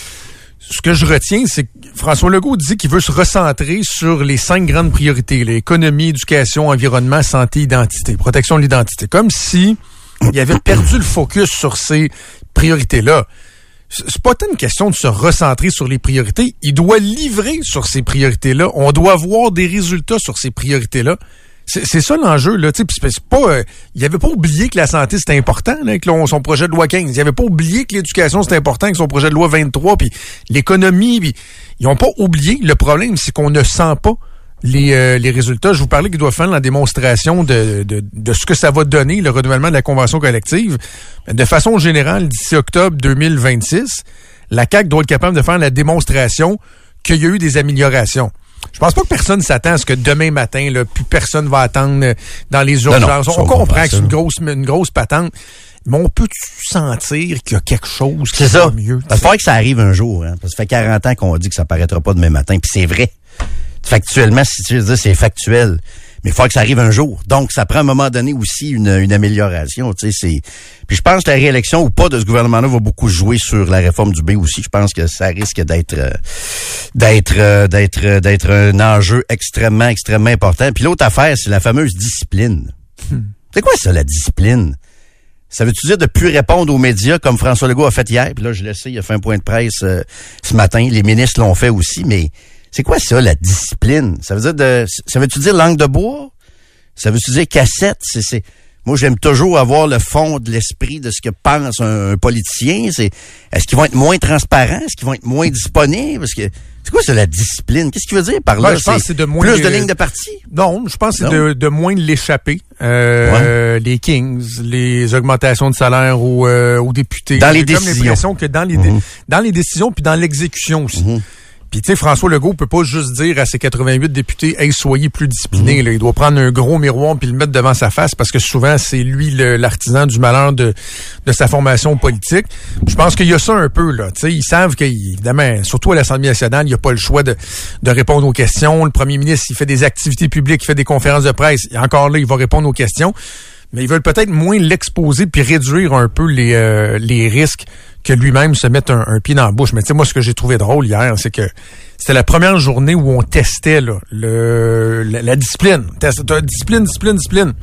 que je retiens, c'est que François Legault dit qu'il veut se recentrer sur les 5 grandes priorités. L'économie, éducation, environnement, santé, identité, protection de l'identité. Comme si il avait perdu le focus sur ces priorités-là. C'est pas tant une question de se recentrer sur les priorités. Il doit livrer sur ces priorités-là. On doit voir des résultats sur ces priorités-là. C'est ça l'enjeu, là. Tu sais, c'est pas, il avait pas oublié que la santé c'était important, là, avec son projet de loi 15. Il avait pas oublié que l'éducation c'était important avec son projet de loi 23, puis l'économie, puis ils ont pas oublié. Le problème, c'est qu'on ne sent pas les résultats. Je vous parlais qu'il doit faire la démonstration de ce que ça va donner, le renouvellement de la convention collective. De façon générale, d'ici octobre 2026, la CAQ doit être capable de faire la démonstration qu'il y a eu des améliorations. Je pense pas que personne s'attend à ce que demain matin, là, plus personne va attendre dans les urgences. On comprend que c'est une grosse patente. Mais on peut sentir qu'il y a quelque chose qui va mieux? Il faudrait que ça arrive un jour. Hein, parce que ça fait 40 ans qu'on dit que ça paraîtra pas demain matin. Puis c'est vrai. Factuellement, si tu veux dire, c'est factuel. Mais il faut que ça arrive un jour. Donc, ça prend à un moment donné aussi une amélioration. Tu sais, Puis je pense que la réélection ou pas de ce gouvernement-là va beaucoup jouer sur la réforme du B aussi. Je pense que ça risque d'être un enjeu extrêmement important. Puis l'autre affaire, c'est la fameuse discipline. C'est quoi ça, la discipline? Ça veut-tu dire de plus répondre aux médias comme François Legault a fait hier? Puis là, je le sais, il a fait un point de presse ce matin. Les ministres l'ont fait aussi, mais c'est quoi ça, la discipline? Ça veut-tu dire langue de bois? Ça veut-tu dire cassette? Moi, j'aime toujours avoir le fond de l'esprit de ce que pense un politicien. Est-ce qu'ils vont être moins transparents? Est-ce qu'ils vont être moins disponibles? Parce que c'est quoi ça, la discipline? Qu'est-ce qu'il veut dire par là? Ben, je pense que c'est de moins plus de lignes de parti? Non, je pense que c'est de moins l'échapper. Les Kings, les augmentations de salaire aux députés. Dans les décisions. J'ai comme l'impression que dans les décisions puis dans l'exécution aussi. Puis tu sais, François Legault peut pas juste dire à ses 88 députés « Hey, soyez plus disciplinés ». Là, il doit prendre un gros miroir puis le mettre devant sa face parce que souvent, c'est lui l'artisan du malheur de sa formation politique. Je pense qu'il y a ça un peu, là. Tu sais, ils savent qu'évidemment, surtout à l'Assemblée nationale, il n'y a pas le choix de répondre aux questions. Le premier ministre, il fait des activités publiques, il fait des conférences de presse. Et encore là, il va répondre aux questions. Mais ils veulent peut-être moins l'exposer puis réduire un peu les risques que lui-même se mette un pied dans la bouche. Mais tu sais, moi, ce que j'ai trouvé drôle hier, c'est que c'était la première journée où on testait là, la discipline. Discipline.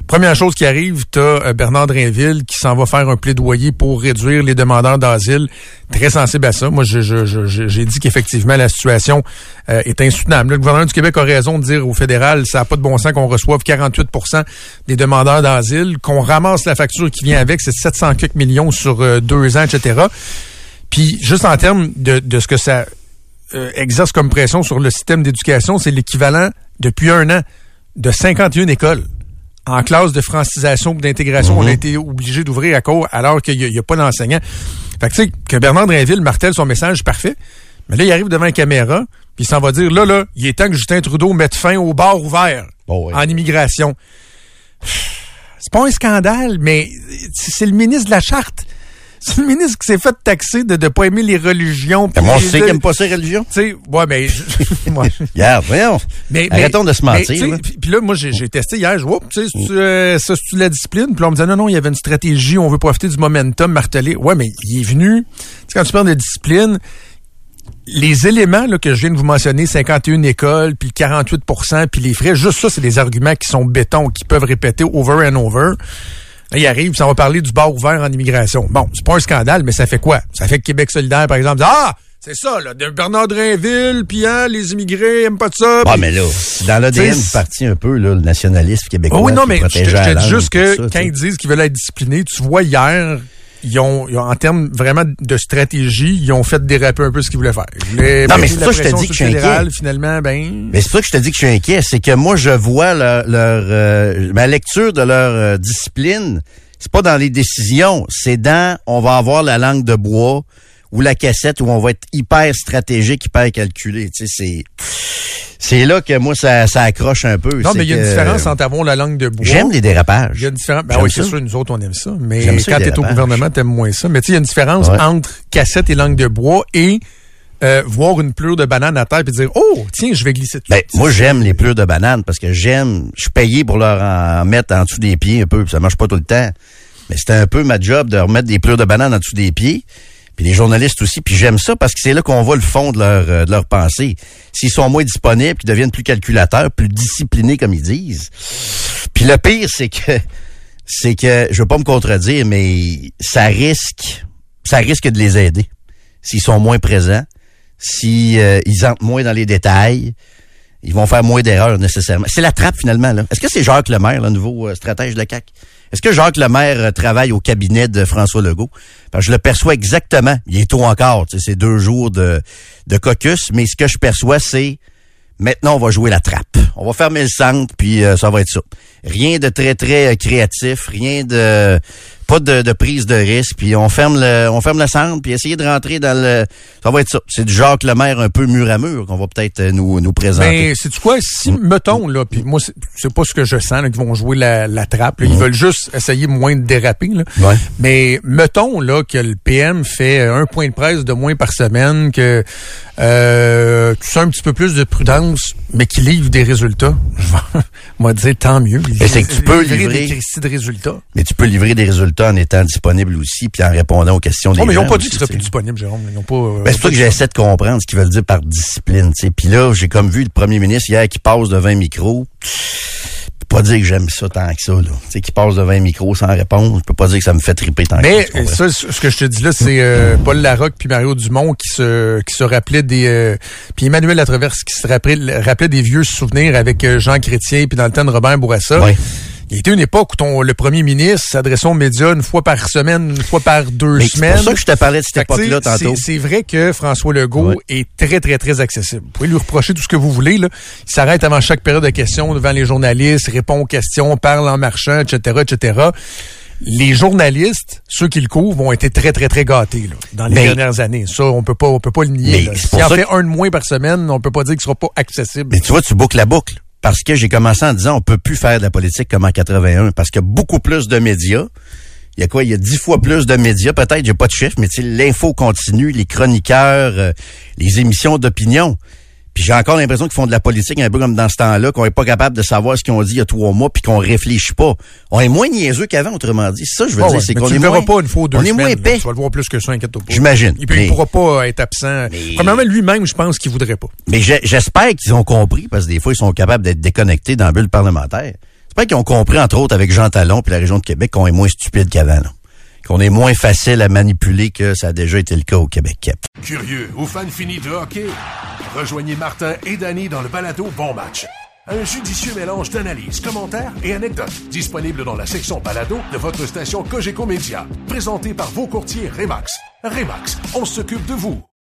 Première chose qui arrive, t'as Bernard Drinville qui s'en va faire un plaidoyer pour réduire les demandeurs d'asile. Très sensible à ça. Moi, j'ai dit qu'effectivement, la situation est insoutenable. Le gouvernement du Québec a raison de dire au fédéral, ça n'a pas de bon sens qu'on reçoive 48% des demandeurs d'asile, qu'on ramasse la facture qui vient avec, c'est 700 quelques millions sur 2 ans, etc. Puis, juste en termes de ce que ça exerce comme pression sur le système d'éducation, c'est l'équivalent, depuis 1 an, de 51 écoles. En classe de francisation ou d'intégration, on a été obligé d'ouvrir à cause alors qu'il n'y a pas d'enseignants. Fait que tu sais, que Bernard Drinville martèle son message, parfait. Mais là, il arrive devant la caméra, puis il s'en va dire, là, il est temps que Justin Trudeau mette fin aux bars ouverts en immigration. C'est pas un scandale, mais c'est le ministre de la Charte. C'est le ministre qui s'est fait taxer de pas aimer les religions. Mais moi, on sait qu'il n'aime pas ces religions. Tu sais, ouais, mais... Regarde, voyons. Arrêtons de se mentir. Puis là, moi, j'ai testé hier. Je vois, tu sais, c'est la discipline. Puis là, on me disait, non, il y avait une stratégie. On veut profiter du momentum martelé. Ouais, mais il est venu... Tu sais, quand tu parles de discipline, les éléments là, que je viens de vous mentionner, 51 écoles, puis 48%, puis les frais, juste ça, c'est des arguments qui sont béton, qui peuvent répéter over and over. Là, il arrive, ça va parler du bar ouvert en immigration. Bon, c'est pas un scandale, mais ça fait quoi? Ça fait que Québec solidaire, par exemple, dit, c'est ça, là, de Bernard Drinville, puis les immigrés aiment pas de ça. Ah, mais là, dans l'ADN du parti un peu, là, le nationalisme québécois. Oui, non, mais je te dis juste que quand ils disent qu'ils veulent être disciplinés, tu vois hier... Ils ont, en termes vraiment de stratégie, ils ont fait déraper un peu ce qu'ils voulaient faire. Non, mais c'est ça que je te dis que je suis inquiet. Finalement, mais c'est ça que je te dis que je suis inquiet, c'est que moi, je vois ma lecture de leur discipline, c'est pas dans les décisions, c'est dans, on va avoir la langue de bois ou la cassette où on va être hyper stratégique, hyper calculé. Tu sais, c'est là que moi, ça accroche un peu. Non, mais il y a une différence entre avoir la langue de bois. J'aime les dérapages. Il y a une différence. Ben oui, c'est sûr, nous autres, on aime ça. Mais quand t'es au gouvernement, t'aimes moins ça. Mais tu sais, il y a une différence entre cassette et langue de bois et voir une pleure de banane à terre et dire, oh, tiens, je vais glisser dessus. Ben, moi, j'aime les pleurs de banane parce que je suis payé pour leur en mettre en dessous des pieds un peu. Ça marche pas tout le temps. Mais c'était un peu ma job de remettre des pleurs de banane en dessous des pieds. Puis les journalistes aussi, puis j'aime ça parce que c'est là qu'on voit le fond de leur pensée. S'ils sont moins disponibles, qu'ils deviennent plus calculateurs, plus disciplinés comme ils disent. Puis le pire, c'est que je veux pas me contredire, mais ça risque de les aider. S'ils sont moins présents, si ils entrent moins dans les détails, ils vont faire moins d'erreurs nécessairement. C'est la trappe finalement, là. Est-ce que c'est Jacques Lemaire, le nouveau stratège de la CAQ? Est-ce que Jacques Lemaire travaille au cabinet de François Legault? Parce que je le perçois exactement. Il est tôt encore, tu sais, c'est 2 jours de caucus, mais ce que je perçois, c'est maintenant on va jouer la trappe. On va fermer le centre, puis ça va être ça. Rien de très, très créatif, pas de prise de risque, puis on ferme le centre, puis essayer de rentrer dans ça va être ça. C'est du Jacques Lemaire un peu mur à mur qu'on va peut-être nous présenter. Mais c'est quoi, si, mettons, là, puis moi, c'est pas ce que je sens, là, qu'ils vont jouer la trappe, là, ils veulent juste essayer moins de déraper, là. Ouais. Mais mettons, là, que le PM fait un point de presse de moins par semaine, que tu sens un petit peu plus de prudence, mais qu'il livre des résultats. Je vais dire tant mieux. Mais c'est que tu peux livrer des résultats. Mais tu peux livrer des résultats en étant disponible aussi, puis en répondant aux questions des gens. Mais ils n'ont pas dit qu'ils seraient plus disponibles, Jérôme. Ils n'ont pas. C'est ça que j'essaie de comprendre ce qu'ils veulent dire par discipline. T'sais. Puis là, j'ai comme vu le premier ministre hier qui passe devant un micro. Je peux pas dire que j'aime ça tant que ça, là. Tu sais, qui passe devant un micro sans répondre. Je peux pas dire que ça me fait triper tant que ça. Mais ça, ce que je te dis là, c'est Paul Larocque puis Mario Dumont qui se rappelaient des... puis Emmanuel Latraverse qui se rappelait des vieux souvenirs avec Jean Chrétien puis dans le temps de Robert Bourassa. Ouais. Il y a été une époque où le premier ministre s'adressait aux médias une fois par semaine, une fois par 2 semaines. C'est pour ça que je te parlais de cette époque-là tantôt. C'est vrai que François Legault est très, très, très accessible. Vous pouvez lui reprocher tout ce que vous voulez, là. Il s'arrête avant chaque période de questions devant les journalistes, répond aux questions, parle en marchant, etc., etc. Les journalistes, ceux qui le couvrent, ont été très, très, très gâtés là, dans les dernières années. Ça, on peut pas le nier. S'il en fait un de moins par semaine, on peut pas dire qu'il sera pas accessible. Mais tu vois, tu boucles la boucle. Parce que j'ai commencé en disant on peut plus faire de la politique comme en 81 parce qu'il y a beaucoup plus de médias. Il y a quoi? Il y a 10 fois plus de médias. Peut-être, j'ai pas de chiffre, mais tu sais, l'info continue, les chroniqueurs, les émissions d'opinion. Puis j'ai encore l'impression qu'ils font de la politique un peu comme dans ce temps-là, qu'on est pas capable de savoir ce qu'ils ont dit il y a 3 mois, puis qu'on réfléchit pas. On est moins niaiseux qu'avant, autrement dit. C'est ça, je veux dire, c'est qu'on est moins... pas une fois ou 2 on semaines, est moins épais. Tu vas le voir plus que ça, inquiète-toi pas. J'imagine. Il pourra pas être absent. Premièrement, lui-même, je pense qu'il voudrait pas. Mais j'espère qu'ils ont compris, parce que des fois, ils sont capables d'être déconnectés dans la bulle parlementaire. J'espère qu'ils ont compris, entre autres, avec Jean Talon puis la région de Québec, qu'on est moins stupide qu'avant, là. Qu'on est moins facile à manipuler que ça a déjà été le cas au Québec. Curieux ou fan fini de hockey? Rejoignez Martin et Danny dans le balado Bon Match. Un judicieux mélange d'analyses, commentaires et anecdotes. Disponible dans la section balado de votre station Cogeco Média. Présenté par vos courtiers Remax. Remax, on s'occupe de vous.